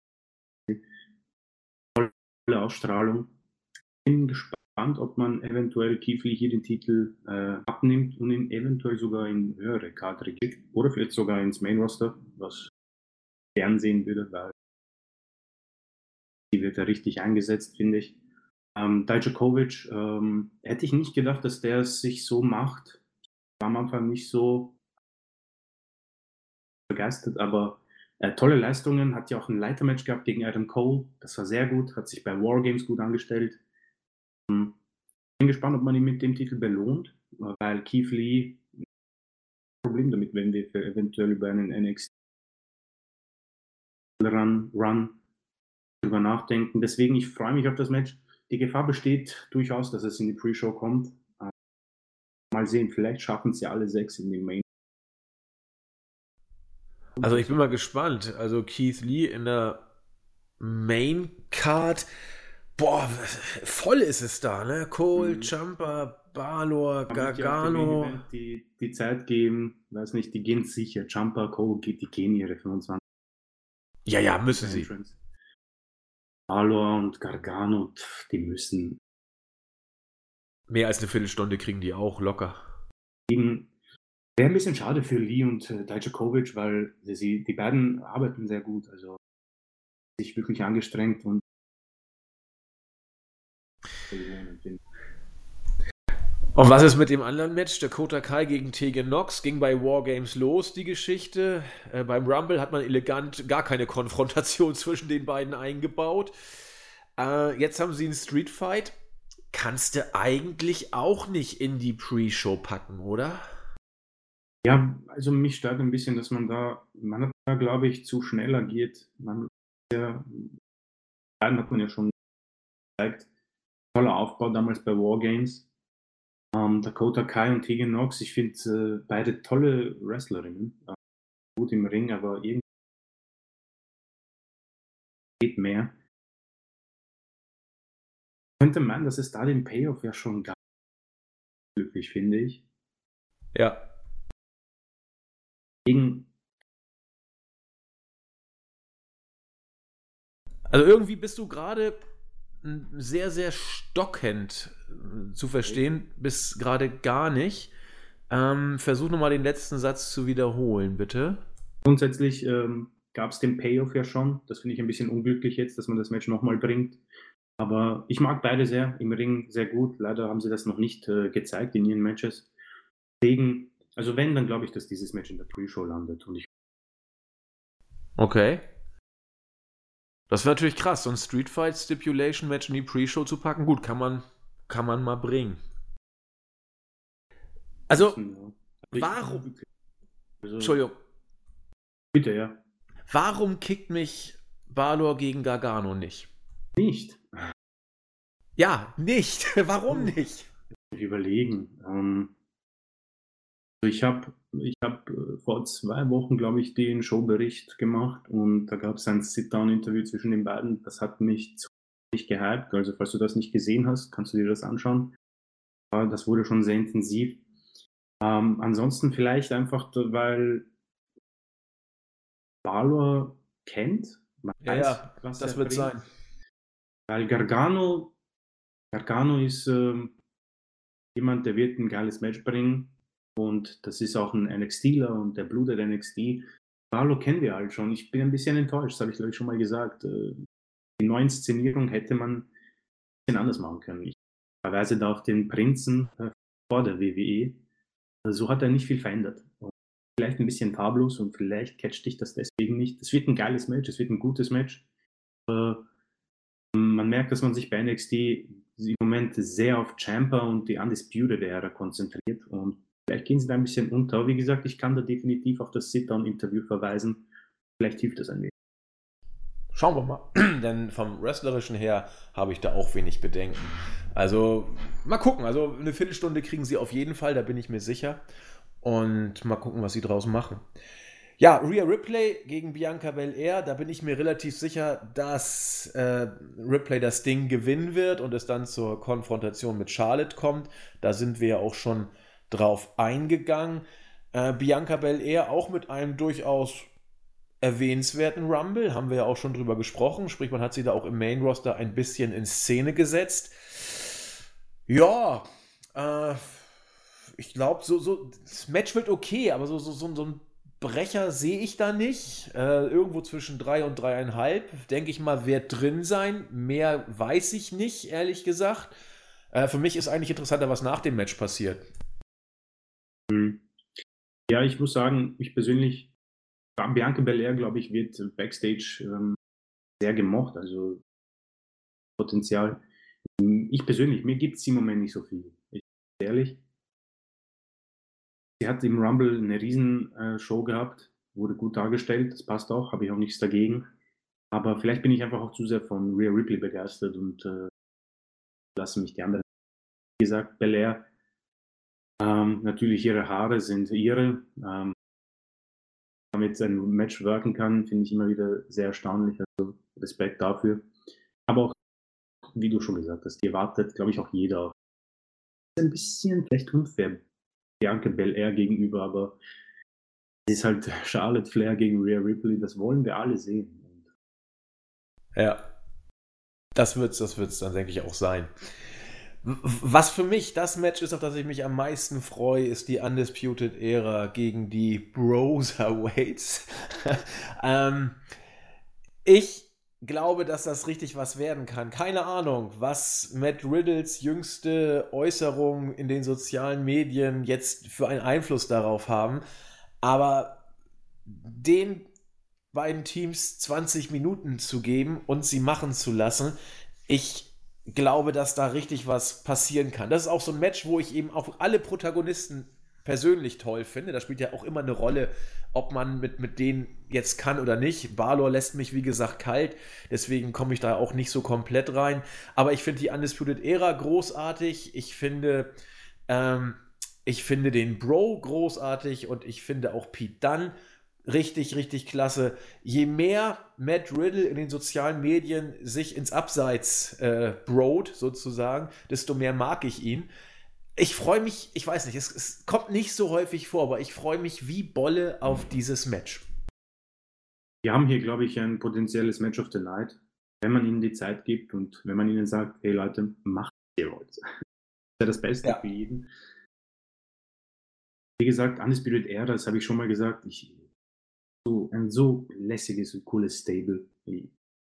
tolle Ausstrahlung. Ich bin gespannt, ob man eventuell Keith Lee hier den Titel äh, abnimmt und ihn eventuell sogar in höhere Karte gibt oder vielleicht sogar ins Main Roster, was ich gern sehen würde, weil die wird er richtig eingesetzt, finde ich. Ähm, Dijakovic, ähm, hätte ich nicht gedacht, dass der es sich so macht. Ich war am Anfang nicht so begeistert, aber äh, tolle Leistungen. Hat ja auch ein Leitermatch gehabt gegen Adam Cole. Das war sehr gut, hat sich bei Wargames gut angestellt. Ähm, bin gespannt, ob man ihn mit dem Titel belohnt, weil Keith Lee ein Problem damit, wenn wir für eventuell über einen N X T-Run Run drüber nachdenken. Deswegen, ich freue mich auf das Match. Die Gefahr besteht durchaus, dass es in die Pre-Show kommt. Äh, mal sehen, vielleicht schaffen es ja alle sechs in den Main. Also ich bin mal gespannt. Also Keith Lee in der Main Card. Boah, voll ist es da, ne? Cole, Mhm. Ciampa, Balor, Gargano. Die, die Zeit geben, weiß nicht, die gehen sicher. Ciampa, Cole, die gehen ihre fünfundzwanzig. Ja, ja, müssen sie. Balor und Gargano, die müssen. Mehr als eine Viertelstunde kriegen die auch locker. Wäre ein bisschen schade für Lee und äh, Dijakovic, weil sie, die beiden arbeiten sehr gut, also sich wirklich angestrengt und Und was ist mit dem anderen Match? Dakota Kai gegen Tegan Nox ging bei Wargames los, die Geschichte. Äh, beim Rumble hat man elegant gar keine Konfrontation zwischen den beiden eingebaut. Äh, jetzt haben sie einen Street Fight. Kannst du eigentlich auch nicht in die Pre-Show packen, oder? Ja, also mich stört ein bisschen, dass man da, man hat da, glaube ich, zu schnell agiert. Man ja, hat man ja schon gezeigt. Toller Aufbau damals bei Wargames. Ähm, Dakota Kai und Tegan Nox, ich finde äh, beide tolle Wrestlerinnen. Äh, gut im Ring, aber irgendwie geht mehr. Könnte man, dass es da den Payoff ja schon gab, glücklich, finde ich. Ja. Gegen Also irgendwie bist du gerade sehr, sehr stockend äh, zu verstehen, bis gerade gar nicht. Ähm, versuch nochmal den letzten Satz zu wiederholen, bitte. Grundsätzlich ähm, gab es den Payoff ja schon. Das finde ich ein bisschen unglücklich jetzt, dass man das Match nochmal bringt. Aber ich mag beide sehr, im Ring sehr gut. Leider haben sie das noch nicht äh, gezeigt in ihren Matches. Deswegen, also wenn, dann glaube ich, dass dieses Match in der Pre-Show landet. Und ich Okay. Das wäre natürlich krass, so ein Street Fight Stipulation Match in die Pre-Show zu packen. Gut, kann man, kann man mal bringen. Also, warum? Also, Entschuldigung. bitte, ja. Warum kickt mich Balor gegen Gargano nicht? Nicht. Ja, nicht. Warum nicht? Ich überlegen. Ähm, also ich habe ich hab äh, vor zwei Wochen, glaube ich, den Showbericht gemacht und da gab es ein Sit-Down-Interview zwischen den beiden. Das hat mich ziemlich gehypt. Also falls du das nicht gesehen hast, kannst du dir das anschauen. Ja, das wurde schon sehr intensiv. Ähm, ansonsten vielleicht einfach, weil Balor kennt. Man Ja, weiß, ja, was das er wird bringt. sein. Weil Gargano, Gargano ist ähm, jemand, der wird ein geiles Match bringen. Und das ist auch ein NXTler und der blutet N X T. Balor kennen wir halt schon. Ich bin ein bisschen enttäuscht, das habe ich glaube ich schon mal gesagt. Äh, Die neue Inszenierung hätte man ein bisschen anders machen können. Ich verweise da auf den Prinzen äh, vor der W W E. Also so hat er nicht viel verändert. Und vielleicht ein bisschen farblos und vielleicht catcht dich das deswegen nicht. Es wird ein geiles Match, es wird ein gutes Match. Äh, Man merkt, dass man sich bei N X T im Moment sehr auf Ciampa und die Undisputed-Ära konzentriert und vielleicht gehen sie da ein bisschen unter. Wie gesagt, ich kann da definitiv auf das Sit-Down-Interview verweisen. Vielleicht hilft das ein wenig. Schauen wir mal. Denn vom Wrestlerischen her habe ich da auch wenig Bedenken. Also, mal gucken. Also, eine Viertelstunde kriegen sie auf jeden Fall, da bin ich mir sicher. Und mal gucken, was sie draus machen. Ja, Rhea Ripley gegen Bianca Belair, da bin ich mir relativ sicher, dass äh, Ripley das Ding gewinnen wird und es dann zur Konfrontation mit Charlotte kommt. Da sind wir ja auch schon drauf eingegangen. Äh, Bianca Belair auch mit einem durchaus erwähnenswerten Rumble, haben wir ja auch schon drüber gesprochen, sprich man hat sie da auch im Main Roster ein bisschen in Szene gesetzt. Ja, äh, ich glaube, so, so, das Match wird okay, aber so, so, so, so ein Brecher sehe ich da nicht. Äh, irgendwo zwischen drei und dreieinhalb, denke ich mal, wird drin sein. Mehr weiß ich nicht, ehrlich gesagt. Äh, für mich ist eigentlich interessanter, was nach dem Match passiert. Ja, ich muss sagen, ich persönlich, Bianca Belair, glaube ich, wird Backstage ähm, sehr gemocht, also Potenzial. Ich persönlich, mir gibt es im Moment nicht so viel. Ich bin ehrlich. Sie hat im Rumble eine riesen äh, Show gehabt, wurde gut dargestellt, das passt auch, habe ich auch nichts dagegen. Aber vielleicht bin ich einfach auch zu sehr von Rhea Ripley begeistert und äh, lasse mich die anderen. Wie gesagt, Belair, ähm, natürlich ihre Haare sind ihre. Ähm, damit ein Match wirken kann, finde ich immer wieder sehr erstaunlich. Also Respekt dafür. Aber auch, wie du schon gesagt hast, die erwartet, glaube ich, auch jeder. Ist ein bisschen vielleicht unfair Bianca Belair gegenüber, aber es ist halt Charlotte Flair gegen Rhea Ripley, das wollen wir alle sehen. Ja, das wird's, das wird's dann, denke ich, auch sein. Was für mich das Match ist, auf das ich mich am meisten freue, ist die Undisputed Era gegen die Broserweights. ähm, ich glaube, dass das richtig was werden kann. Keine Ahnung, was Matt Riddles jüngste Äußerungen in den sozialen Medien jetzt für einen Einfluss darauf haben. Aber den beiden Teams zwanzig Minuten zu geben und sie machen zu lassen, ich glaube, dass da richtig was passieren kann. Das ist auch so ein Match, wo ich eben auch alle Protagonisten persönlich toll finde. Da spielt ja auch immer eine Rolle, ob man mit, mit denen jetzt kann oder nicht. Balor lässt mich, wie gesagt, kalt. Deswegen komme ich da auch nicht so komplett rein. Aber ich finde die Undisputed Era großartig. Ich finde Ähm, ich finde den Bro großartig und ich finde auch Pete Dunne richtig, richtig klasse. Je mehr Matt Riddle in den sozialen Medien sich ins Abseits äh, brot, sozusagen, desto mehr mag ich ihn. Ich freue mich, ich weiß nicht, es, es kommt nicht so häufig vor, aber ich freue mich wie Bolle auf dieses Match. Wir haben hier, glaube ich, ein potenzielles Match of the Night, wenn man ihnen die Zeit gibt und wenn man ihnen sagt, hey Leute, macht Steroids. Das ist ja das Beste Ja. für jeden. Wie gesagt, Undisputed Era, das habe ich schon mal gesagt, ich, so, ein so lässiges und cooles Stable. Ich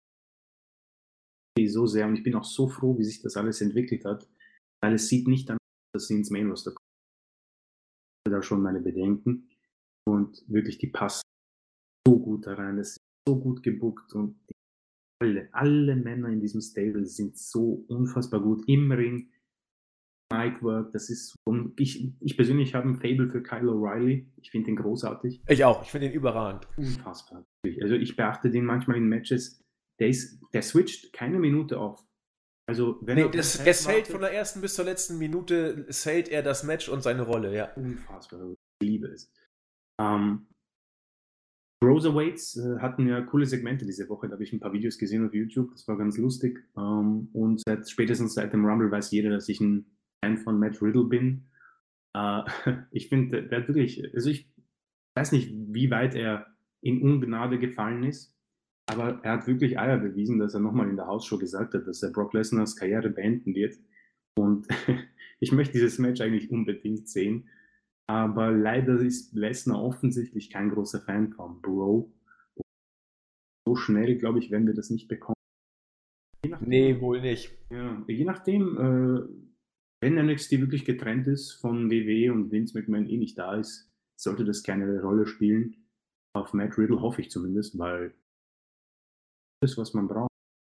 stehe so sehr und ich bin auch so froh, wie sich das alles entwickelt hat, weil es sieht nicht an, dass sie ins Main Roster kommen. Ich habe da schon meine Bedenken und wirklich, die passen so gut da rein, das ist so gut gebuckt und die, alle, alle Männer in diesem Stable sind so unfassbar gut im Ring. Micwork, das ist, und ich, ich persönlich habe ein Fable für Kyle O'Reilly. Ich finde den großartig. Ich auch, ich finde ihn überragend. Unfassbar. Also ich beachte den manchmal in Matches, der, ist, der switcht keine Minute auf. Also wenn Nee, er, das, er er zählt wartet, von der ersten bis zur letzten Minute, zählt er das Match und seine Rolle, ja. unfassbar. Ich liebe es. Ähm, Cruiserweights äh, hatten ja coole Segmente diese Woche. Da habe ich ein paar Videos gesehen auf YouTube. Das war ganz lustig. Ähm, und seit, spätestens seit dem Rumble weiß jeder, dass ich ein Fan von Matt Riddle bin. Äh, ich finde, der, der hat wirklich, also ich weiß nicht, wie weit er in Ungnade gefallen ist, aber er hat wirklich Eier bewiesen, dass er nochmal in der Hausshow gesagt hat, dass er Brock Lesners Karriere beenden wird. Und ich möchte dieses Match eigentlich unbedingt sehen. Aber leider ist Lesnar offensichtlich kein großer Fan von Bro. So schnell, glaube ich, werden wir das nicht bekommen. Je nachdem, Nee, wohl nicht. ja, je nachdem äh, wenn N X T wirklich getrennt ist von W W E und Vince McMahon eh nicht da ist, sollte das keine Rolle spielen. Auf Matt Riddle hoffe ich zumindest, weil das ist, was man braucht.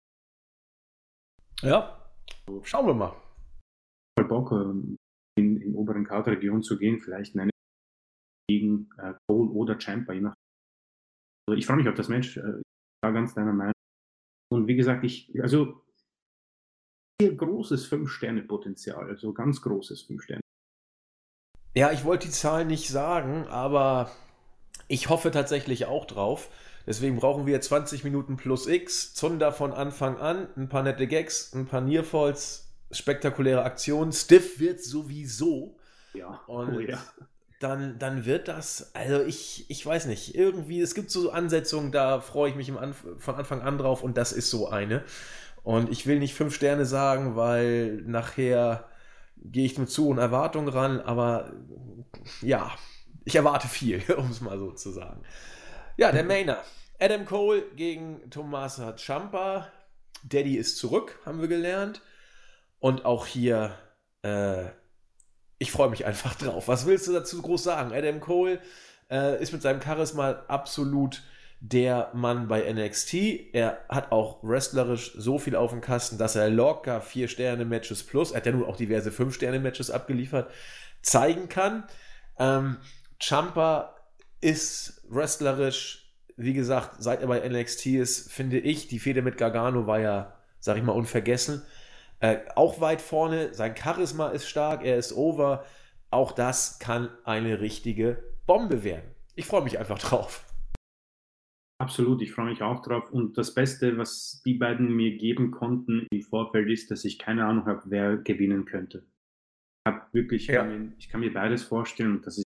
Ja, schauen wir mal. Voll Bock, ähm, in, in oberen Card-Region zu gehen, vielleicht eine gegen äh, Cole oder Ciampa, je nach. Also ich freue mich auf das Match. Äh, ich war ganz deiner Meinung. Und wie gesagt, ich, also hier großes fünf-Sterne-Potenzial, also ganz großes fünf-Sterne. Ja, ich wollte die Zahl nicht sagen, aber ich hoffe tatsächlich auch drauf. Deswegen brauchen wir zwanzig Minuten plus X, Zunder von Anfang an, ein paar nette Gags, ein paar Nearfalls, spektakuläre Aktionen. Stiff wird sowieso. Ja, Und oh ja. dann, dann wird das, also ich, ich weiß nicht, irgendwie, es gibt so Ansetzungen, da freue ich mich im Anf von Anfang an drauf und das ist so eine. Und ich will nicht fünf Sterne sagen, weil nachher gehe ich mit zu und Erwartungen ran, aber ja, ich erwarte viel, um es mal so zu sagen. Ja, der Mainer. Adam Cole gegen Tommaso Ciampa. Daddy ist zurück, haben wir gelernt. Und auch hier, äh, ich freue mich einfach drauf. Was willst du dazu groß sagen? Adam Cole äh, ist mit seinem Charisma absolut der Mann bei N X T. Er hat auch wrestlerisch so viel auf dem Kasten, dass er locker vier Sterne Matches plus, er hat ja nun auch diverse fünf Sterne Matches abgeliefert, zeigen kann. Ähm, Ciampa ist wrestlerisch, wie gesagt, seit er bei N X T ist, finde ich, die Fehde mit Gargano war ja, sag ich mal, unvergessen. Äh, auch weit vorne, sein Charisma ist stark, er ist over. Auch das kann eine richtige Bombe werden. Ich freue mich einfach drauf. Absolut, ich freue mich auch drauf. Und das Beste, was die beiden mir geben konnten im Vorfeld, ist, dass ich keine Ahnung habe, wer gewinnen könnte. Ich habe wirklich, Ja. kann mir, ich kann mir beides vorstellen und das ist,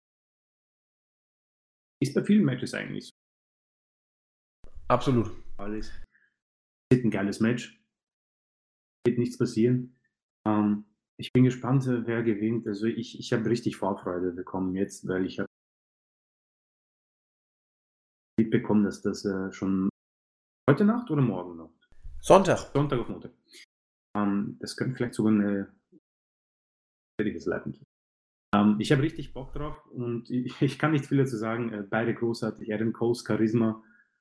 ist bei vielen Matches eigentlich so. Absolut. Alles. Es wird ein geiles Match. Es wird nichts passieren. Ähm, ich bin gespannt, äh, wer gewinnt. Also ich, ich habe richtig Vorfreude bekommen jetzt, weil ich habe mitbekommen, dass das äh, schon heute Nacht oder morgen noch? Sonntag. Sonntag auf Montag. Ähm, das könnte vielleicht sogar eine fertiges Leiten. Ähm, ich habe richtig Bock drauf und ich, ich kann nicht viel dazu sagen. Äh, beide großartig. Adam Coles Charisma.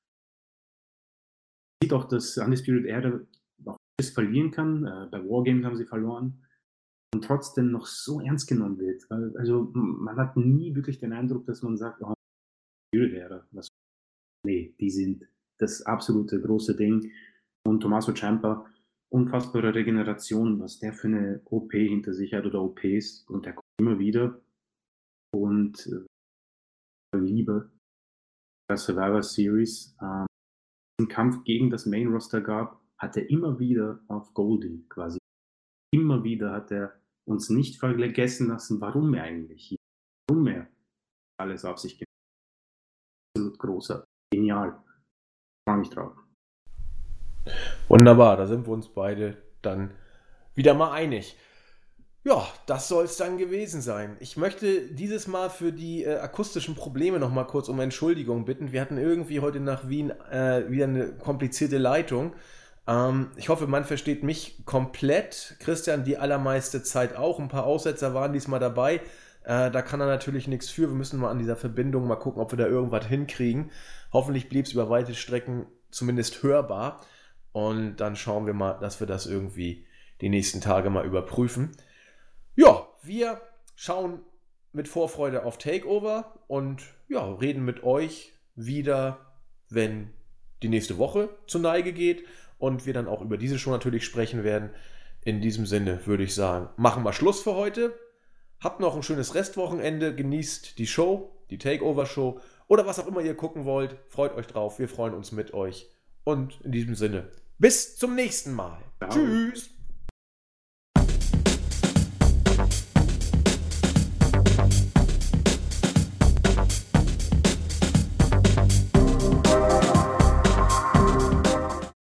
Sieht auch, dass Undisputed Era noch alles verlieren kann. Äh, bei Wargames haben sie verloren. Und trotzdem noch so ernst genommen wird. Weil, also man hat nie wirklich den Eindruck, dass man sagt, oh, Undisputed Era. Was? Nee, die sind das absolute große Ding. Und Tommaso Ciampa. unfassbare Regeneration, was der für eine O P hinter sich hat oder O Ps und der kommt immer wieder und äh, Liebe der Survivor Series ähm, einen Kampf gegen das Main Roster gab, hat er immer wieder auf Goldie quasi. Immer wieder hat er uns nicht vergessen lassen, warum er eigentlich hier, warum er alles auf sich gibt. Absolut großer, genial. Ich freue mich drauf. Wunderbar, da sind wir uns beide dann wieder mal einig. Ja, das soll es dann gewesen sein. Ich möchte dieses Mal für die äh, akustischen Probleme noch mal kurz um Entschuldigung bitten. Wir hatten irgendwie heute nach Wien äh, wieder eine komplizierte Leitung. Ähm, ich hoffe, man versteht mich komplett. Christian die allermeiste Zeit auch. Ein paar Aussetzer waren diesmal dabei. Äh, da kann er natürlich nichts für. Wir müssen mal an dieser Verbindung mal gucken, ob wir da irgendwas hinkriegen. Hoffentlich blieb es über weite Strecken zumindest hörbar. Und dann schauen wir mal, dass wir das irgendwie die nächsten Tage mal überprüfen. Ja, wir schauen mit Vorfreude auf Takeover und ja, reden mit euch wieder, wenn die nächste Woche zur Neige geht und wir dann auch über diese Show natürlich sprechen werden. In diesem Sinne würde ich sagen, machen wir Schluss für heute. Habt noch ein schönes Restwochenende, genießt die Show, die Takeover-Show oder was auch immer ihr gucken wollt. Freut euch drauf, wir freuen uns mit euch. Und in diesem Sinne, bis zum nächsten Mal. Ciao. Tschüss.